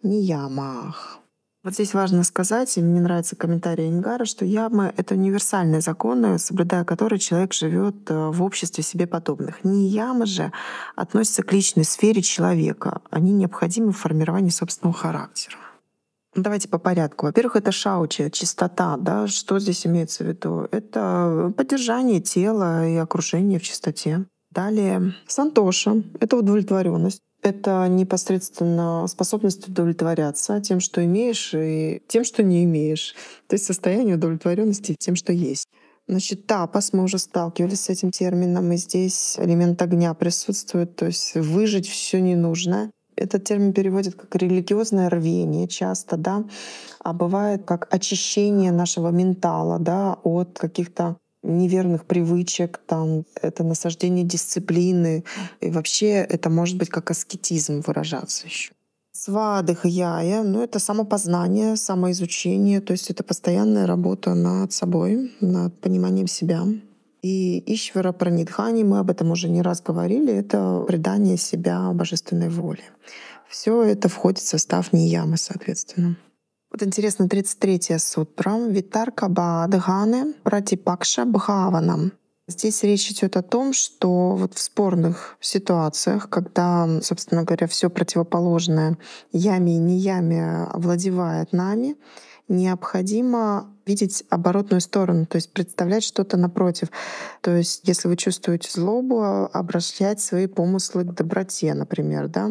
ниямах. Вот здесь важно сказать, и мне нравится комментарий Ингара, что ямы — это универсальные законы, соблюдая которые человек живет в обществе себе подобных. Ниямы же относятся к личной сфере человека. Они необходимы в формировании собственного характера. Давайте по порядку. Во-первых, это шаучи, чистота. Да? Что здесь имеется в виду? Это поддержание тела и окружения в чистоте. Далее сантоша — это удовлетворенность. Это непосредственно способность удовлетворяться тем, что имеешь, и тем, что не имеешь. То есть состояние удовлетворенности тем, что есть. Значит, тапас, мы уже сталкивались с этим термином, и здесь элемент огня присутствует, то есть выжить все ненужное. Этот термин переводят как религиозное рвение часто, да, а бывает как очищение нашего ментала, да, от каких-то неверных привычек, там, это насаждение дисциплины. И вообще это может быть как аскетизм выражаться еще. Свадхьяя, ну это самопознание, самоизучение, то есть это постоянная работа над собой, над пониманием себя. И Ишвара Пранидхани, мы об этом уже не раз говорили, это предание себя божественной воле. Все это входит в состав ниямы, соответственно. Вот интересно, тридцать третья сутра. Витарка Бадхане Пратипакша Бхаванам. Здесь речь идет о том, что вот в спорных ситуациях, когда, собственно говоря, все противоположное яме и нияме овладевает нами, необходимо видеть оборотную сторону, то есть представлять что-то напротив. То есть если вы чувствуете злобу, обращать свои помыслы к доброте, например, да.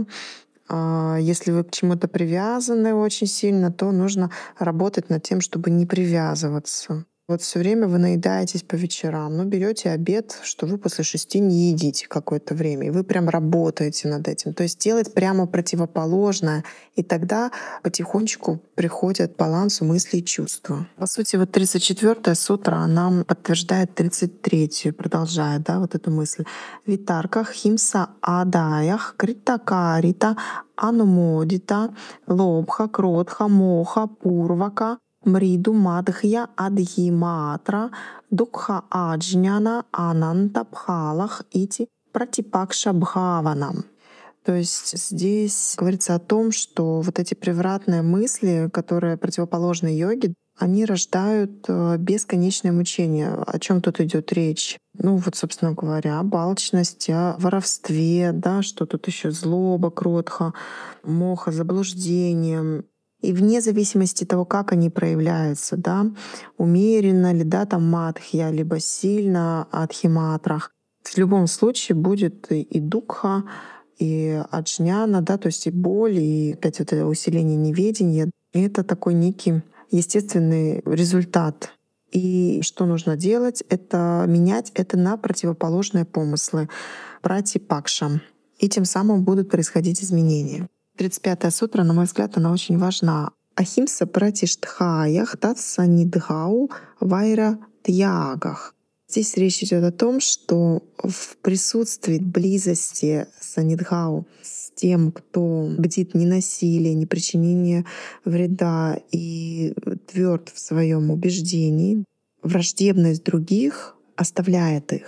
Если вы к чему-то привязаны очень сильно, то нужно работать над тем, чтобы не привязываться. Вот все время вы наедаетесь по вечерам, но берете обед, что вы после шести не едите какое-то время, и вы прям работаете над этим. То есть делать прямо противоположное, и тогда потихонечку приходят к балансу мысли и чувства. По сути, вот тридцать четвёртая сутра нам подтверждает тридцать третью, продолжает, да, вот эту мысль. Витарка химса адаях критакарита анумодита лобха кротха моха пурвака Мриду Мадхья Адхиматра Дукха Аджняна Ананта Пхалах Ити Пратипакша Бхаванам. То есть здесь говорится о том, что вот эти превратные мысли, которые противоположны йоге, они рождают бесконечное мучение. О чем тут идет речь? Ну вот, собственно говоря, об алчности, о воровстве, да, что тут еще злоба, кротха, моха, заблуждение. И вне зависимости от того, как они проявляются, да, умеренно ли, да, там мадхья, либо сильно адхиматрах, в любом случае будет и дукха, и аджняна, да, то есть и боль, и опять вот это усиление неведения. И это такой некий естественный результат. И что нужно делать? Это менять это на противоположные помыслы, пратипакша. И тем самым будут происходить изменения. тридцать пятая сутра, на мой взгляд, она очень важна. Ахимса пратиштхаях татсанидхау вайра тьягах. Здесь речь идет о том, что в присутствии близости санидхау с тем, кто бдит ни насилие, ни причинение вреда и тверд в своем убеждении, враждебность других оставляет их.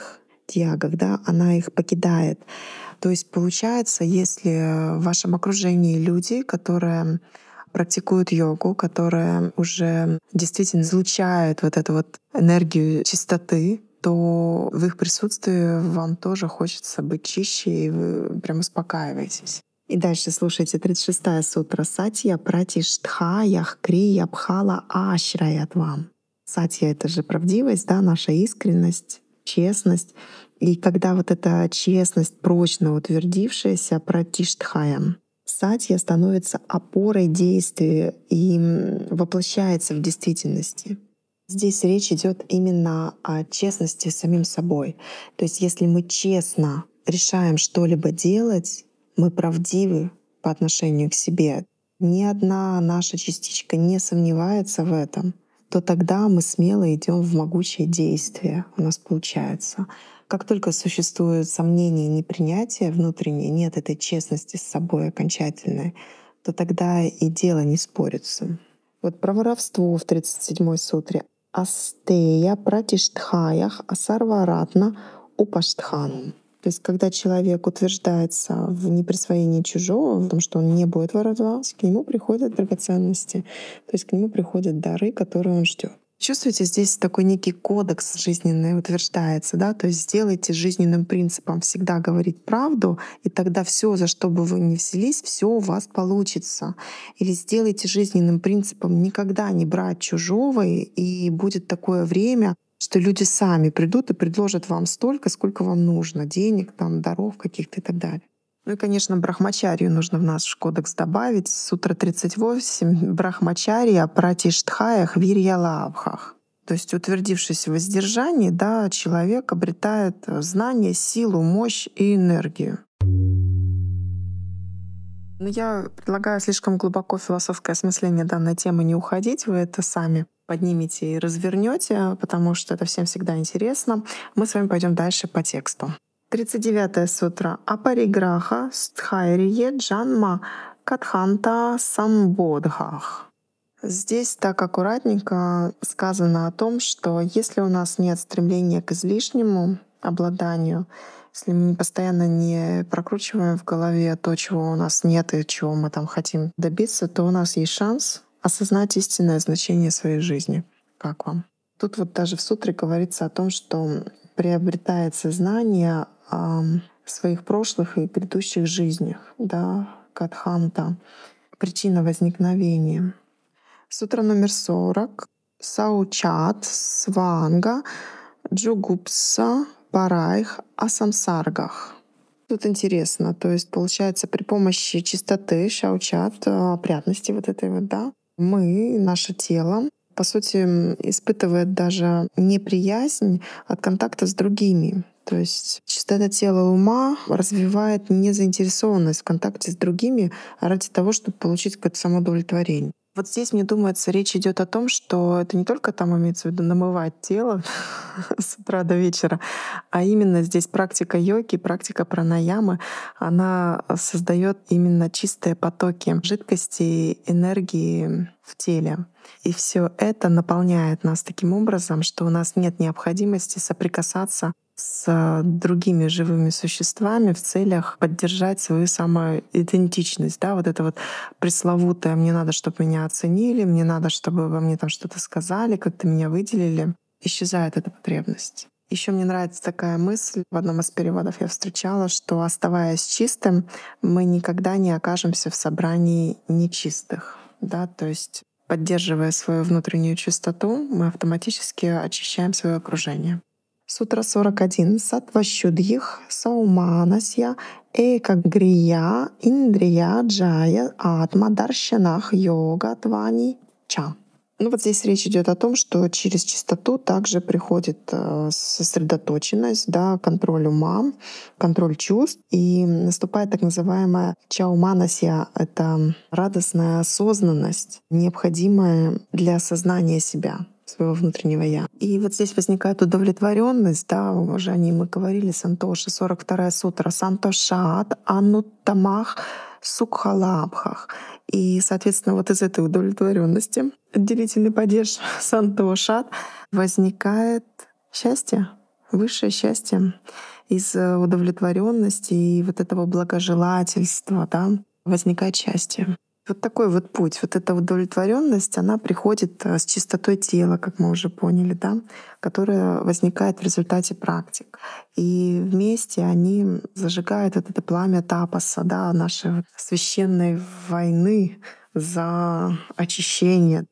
тьягах, да, она их покидает. То есть получается, если в вашем окружении люди, которые практикуют йогу, которые уже действительно излучают вот эту вот энергию чистоты, то в их присутствии вам тоже хочется быть чище, и вы прям успокаиваетесь. И дальше слушайте, тридцать шестая сутра. Сатья пратиштхаях крия бхала ашраят вам. Сатья — это же правдивость, да, наша искренность, честность. И когда вот эта честность, прочно утвердившаяся, пратиштхаям, сатья становится опорой действия и воплощается в действительности. Здесь речь идет именно о честности с самим собой. То есть если мы честно решаем что-либо делать, мы правдивы по отношению к себе, ни одна наша частичка не сомневается в этом, то тогда мы смело идем в могучее действие. У нас получается. Как только существует сомнение и непринятие внутреннее, нет этой честности с собой окончательной, то тогда и дело не спорится. Вот про воровство в тридцать седьмой сутре. Астея пратиштхаях асарваратна упаштханам. То есть когда человек утверждается в неприсвоении чужого, в том, что он не будет воровать, к нему приходят драгоценности, то есть к нему приходят дары, которые он ждет. Чувствуете, здесь такой некий кодекс жизненный утверждается, да, то есть сделайте жизненным принципом всегда говорить правду, и тогда все, за что бы вы ни взялись, все у вас получится. Или сделайте жизненным принципом никогда не брать чужого, и будет такое время, что люди сами придут и предложат вам столько, сколько вам нужно, денег, там, даров каких-то и так далее. Ну и, конечно, брахмачарию нужно в наш кодекс добавить. Сутра тридцать восемь. Брахмачария пратиштхаях вирьялабхах. То есть, утвердившись в воздержании, да, человек обретает знание, силу, мощь и энергию. Но я предлагаю слишком глубоко в философское осмысление данной темы не уходить. Вы это сами поднимете и развернете, потому что это всем всегда интересно. Мы с вами пойдем дальше по тексту. тридцать девятая сутра. Апариграха стхайрие джанма катханта самбодхах. Здесь так аккуратненько сказано о том, что если у нас нет стремления к излишнему обладанию, если мы постоянно не прокручиваем в голове то, чего у нас нет и чего мы там хотим добиться, то у нас есть шанс осознать истинное значение своей жизни. Как вам? Тут вот даже в сутре говорится о том, что приобретается знание о своих прошлых и грядущих жизнях, да, катханта, причина возникновения. Сутра номер сорок. Саучат сванга джугупса парайх асамсаргах. Тут интересно, то есть получается при помощи чистоты, шаучат, опрятности вот этой вот, да, мы, наше тело, по сути, испытывает даже неприязнь от контакта с другими. То есть чистота тела и ума развивает незаинтересованность в контакте с другими ради того, чтобы получить какое-то самоудовлетворение. Вот здесь, мне думается, речь идет о том, что это не только там имеется в виду намывать тело с утра до вечера, а именно здесь практика йоги, практика пранаямы, она создает именно чистые потоки жидкости, энергии в теле. И все это наполняет нас таким образом, что у нас нет необходимости соприкасаться с другими живыми существами в целях поддержать свою самоидентичность. Да, вот это вот пресловутое «мне надо, чтобы меня оценили», «мне надо, чтобы во мне там что-то сказали», «как-то меня выделили». Исчезает эта потребность. Еще мне нравится такая мысль, в одном из переводов я встречала, что, оставаясь чистым, мы никогда не окажемся в собрании нечистых. Да? То есть, поддерживая свою внутреннюю чистоту, мы автоматически очищаем свое окружение. Сутра сорок один. Сатващудьих сауманасья экагрия индрия джая атма даршанах йога твани ча. Ну вот здесь речь идет о том, что через чистоту также приходит сосредоточенность, да, контроль ума, контроль чувств, и наступает так называемая чауманасья — это радостная осознанность, необходимая для осознания себя, своего внутреннего «я». И вот здесь возникает удовлетворенность, да, уже о ней мы говорили, сантоши, сорок вторая сутра, сантошат ануттамах сукхалабхах. И, соответственно, вот из этой удовлетворенности, отделительный падеж сантошат, возникает счастье, Высшее счастье из удовлетворенности и вот этого благожелательства, да, возникает счастье. Вот такой вот путь. Вот эта удовлетворенность, она приходит с чистотой тела, как мы уже поняли, да, которая возникает в результате практик. И вместе они зажигают вот это пламя тапаса, да, нашей вот священной войны за очищение.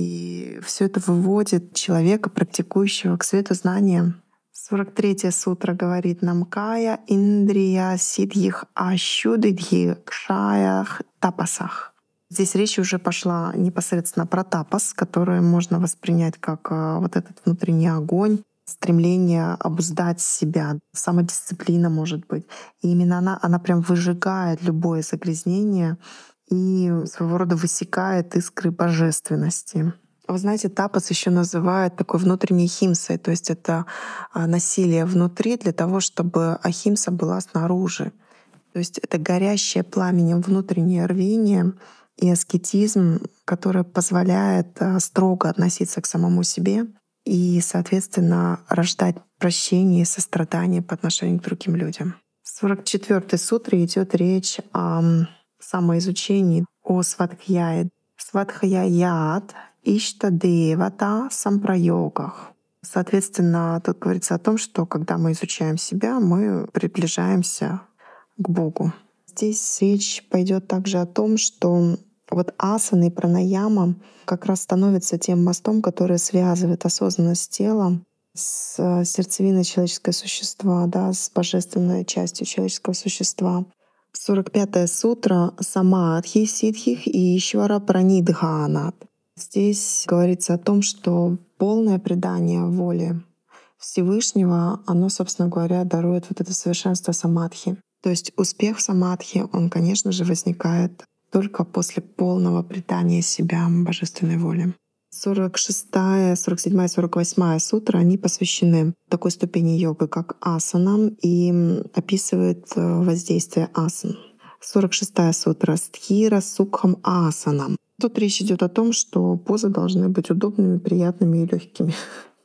И все это выводит человека, практикующего, к свету знания. сорок третья сутра говорит нам: «Кая индрия сидьих ащудидьи кшаях тапасах». Здесь речь уже пошла непосредственно про тапас, который можно воспринять как а, вот этот внутренний огонь, стремление обуздать себя, самодисциплина, может быть. И именно она, она прям выжигает любое загрязнение и своего рода высекает искры божественности. Вы знаете, тапас еще называют такой внутренней химсой, то есть это а, насилие внутри для того, чтобы ахимса была снаружи. То есть это горящее пламенем внутреннее рвение и аскетизм, который позволяет а, строго относиться к самому себе и, соответственно, рождать прощение и сострадание по отношению к другим людям. В сорок четвёртой сутре идет речь о самоизучении, о свадхьяе. Свадхьяят иштадевата сампрайогах. Соответственно, тут говорится о том, что когда мы изучаем себя, мы приближаемся к Богу. Здесь речь пойдет также о том, что вот асаны и пранаяма как раз становятся тем мостом, который связывает осознанность тела с сердцевиной человеческого существа, да, с божественной частью человеческого существа. сорок пятая сутра «Самадхи ситхих и ишвара пранидханат». Здесь говорится о том, что полное предание воле Всевышнего, оно, собственно говоря, дарует вот это совершенство самадхи. То есть успех в самадхи, он, конечно же, возникает только после полного предания себя божественной воле. сорок шестая, сорок седьмая, сорок восьмая сутра, они посвящены такой ступени йога, как асана, и описывают воздействие асан. сорок шестая сутра «Стхира сукхам асанам». Тут речь идет о том, что позы должны быть удобными, приятными и легкими,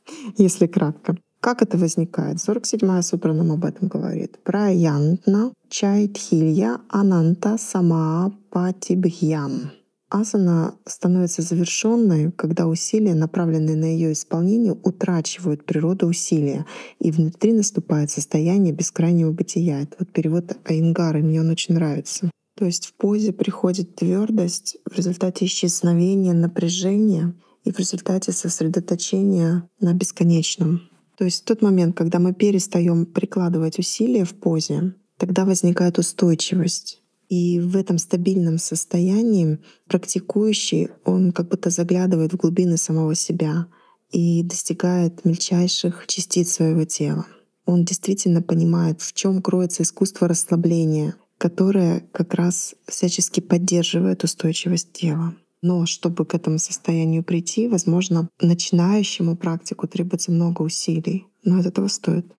если кратко. Как это возникает? сорок седьмая сутра нам об этом говорит. Праянтна чайтхилья ананта сама патибхьям. Асана становится завершенной, когда усилия, направленные на ее исполнение, утрачивают природу усилия, и внутри наступает состояние бескрайнего бытия. Это вот перевод Айенгара, мне он очень нравится. То есть в позе приходит твердость в результате исчезновения напряжения и в результате сосредоточения на бесконечном. То есть в тот момент, когда мы перестаем прикладывать усилия в позе, тогда возникает устойчивость. И в этом стабильном состоянии практикующий, он как будто заглядывает в глубины самого себя и достигает мельчайших частиц своего тела. Он действительно понимает, в чем кроется искусство расслабления, которое как раз всячески поддерживает устойчивость тела. Но чтобы к этому состоянию прийти, возможно, начинающему практику требуется много усилий, но это того стоит.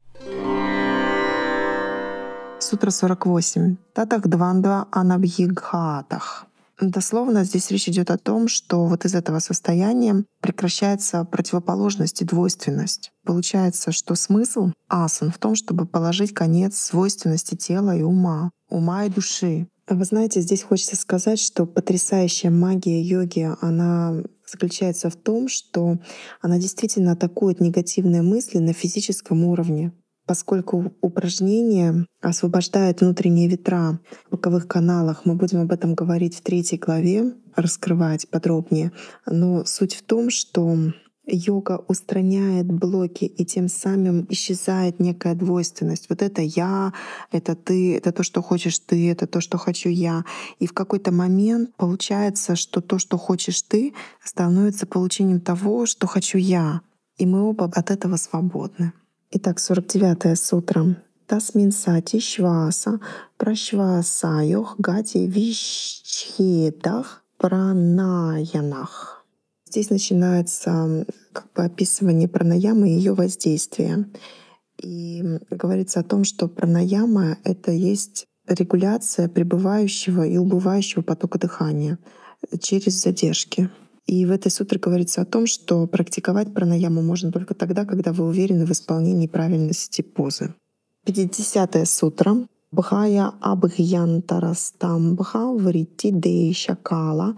Сутра сорок восемь. Татах двандва анабхигхатах. Дословно здесь речь идет о том, что вот из этого состояния прекращается противоположность и двойственность. Получается, что смысл асан в том, чтобы положить конец свойственности тела и ума, ума и души. Вы знаете, здесь хочется сказать, что потрясающая магия йоги, она заключается в том, что она действительно атакует негативные мысли на физическом уровне, поскольку упражнение освобождает внутренние ветра в боковых каналах. Мы будем об этом говорить в третьей главе, раскрывать подробнее. Но суть в том, что йога устраняет блоки, и тем самым исчезает некая двойственность. Вот это я, это ты, это то, что хочешь ты, это то, что хочу я. И в какой-то момент получается, что то, что хочешь ты, становится получением того, что хочу я. И мы оба от этого свободны. Итак, сорок девятая сутра. Тасмин сати шваса прашвасайох гати вишхедах пранаянах. Здесь начинается как бы описывание пранаямы и ее воздействия. И говорится о том, что пранаяма — это есть регуляция пребывающего и убывающего потока дыхания через задержки. И в этой сутре говорится о том, что практиковать пранаяму можно только тогда, когда вы уверены в исполнении правильности позы. пятидесятая сутра. Бхая абхьянтарастамбха врити дейша кала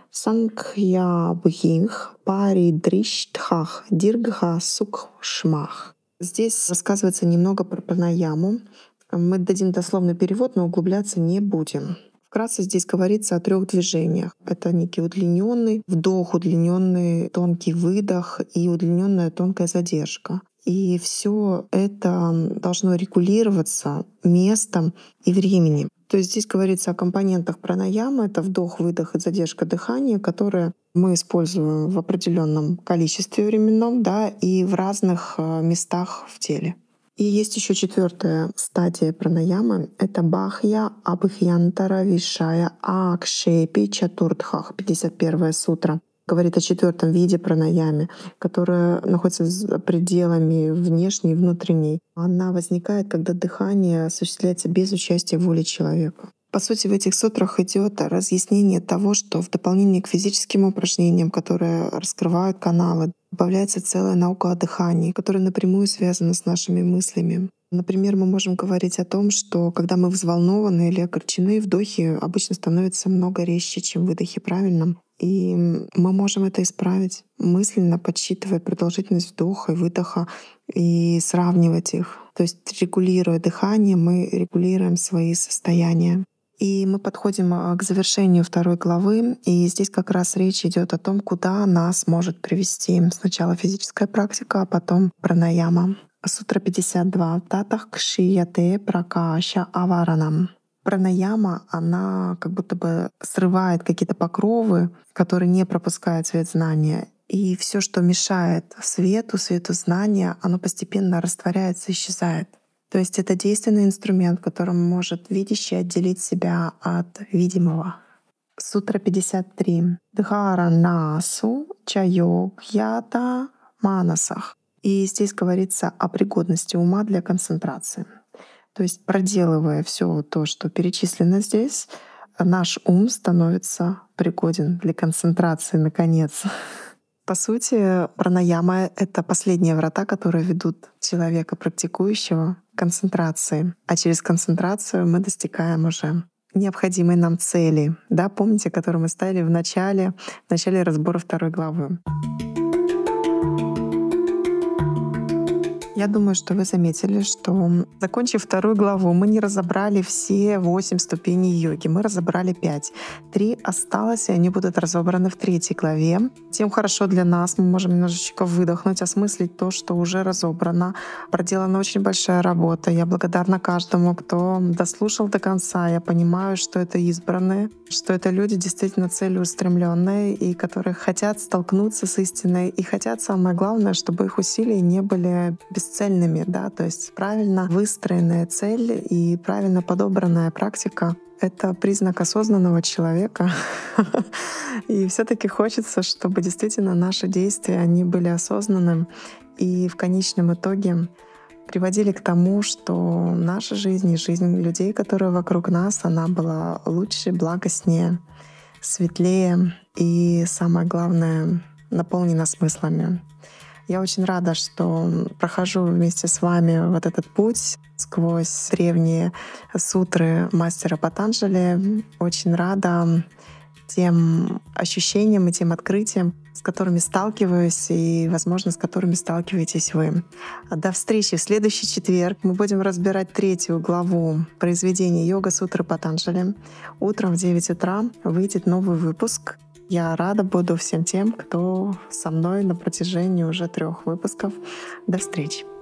санкхья бхинх паридриштхах диргха сукшмах. Здесь рассказывается немного про пранаяму. Мы дадим дословный перевод, но углубляться не будем. Вкратце здесь говорится о трех движениях. Это некий удлиненный вдох, удлиненный тонкий выдох и удлиненная тонкая задержка. И все это должно регулироваться местом и временем. То есть здесь говорится о компонентах пранаямы. Это вдох, выдох и задержка дыхания, которые мы используем в определенном количестве временном, да, и в разных местах в теле. И есть еще четвертая стадия пранаямы. Это бахья абхьянтара вишая акшепи чатурдхах, пятьдесят первая сутра. Говорит о четвертом виде пранаямы, которая находится за пределами внешней и внутренней. Она возникает, когда дыхание осуществляется без участия воли человека. По сути, в этих сутрах идет разъяснение того, что в дополнение к физическим упражнениям, которые раскрывают каналы, добавляется целая наука о дыхании, которая напрямую связана с нашими мыслями. Например, мы можем говорить о том, что когда мы взволнованы или огорчены, вдохи обычно становятся много резче, чем выдохи, правильно? И мы можем это исправить, мысленно подсчитывая продолжительность вдоха и выдоха и сравнивать их. То есть, регулируя дыхание, мы регулируем свои состояния. И мы подходим к завершению второй главы, и здесь как раз речь идет о том, куда нас может привести сначала физическая практика, а потом пранаяма. Сутра пятьдесят два. Татах кшияте пракаша аваранам. Пранаяма, она как будто бы срывает какие-то покровы, которые не пропускают свет знания. И все, что мешает свету, свету знания, оно постепенно растворяется, исчезает. То есть это действенный инструмент, которым может видящий отделить себя от видимого. Сутра пятьдесят три. Дхара насу чайогьята манасах. И здесь говорится о пригодности ума для концентрации. То есть, проделывая все то, что перечислено здесь, наш ум становится пригоден для концентрации, наконец. По сути, пранаяма — это последние врата, которые ведут человека, практикующего, к концентрации. А через концентрацию мы достигаем уже необходимой нам цели. Да, помните, которую мы ставили в начале, в начале разбора второй главы. Я думаю, что вы заметили, что, закончив вторую главу, мы не разобрали все восемь ступеней йоги. Мы разобрали пять. Три осталось, и они будут разобраны в третьей главе. Тем хорошо для нас, мы можем немножечко выдохнуть, осмыслить то, что уже разобрано. Проделана очень большая работа. Я благодарна каждому, кто дослушал до конца. Я понимаю, что это избранные, что это люди действительно целеустремленные и которые хотят столкнуться с истиной и хотят, самое главное, чтобы их усилия не были бесцельными, да, то есть правильно выстроенная цель и правильно подобранная практика — это признак осознанного человека. И все-таки хочется, чтобы действительно наши действия, они были осознанным и в конечном итоге приводили к тому, что наша жизнь и жизнь людей, которые вокруг нас, она была лучше, благостнее, светлее и, самое главное, наполнена смыслами. Я очень рада, что прохожу вместе с вами вот этот путь сквозь древние сутры мастера Патанджали. Очень рада тем ощущениям и тем открытиям, с которыми сталкиваюсь и, возможно, с которыми сталкиваетесь вы. До встречи в следующий четверг. Мы будем разбирать третью главу произведения Йога-сутры Патанджали. Утром в девять утра выйдет новый выпуск. Я рада буду всем тем, кто со мной на протяжении уже трех выпусков. До встречи!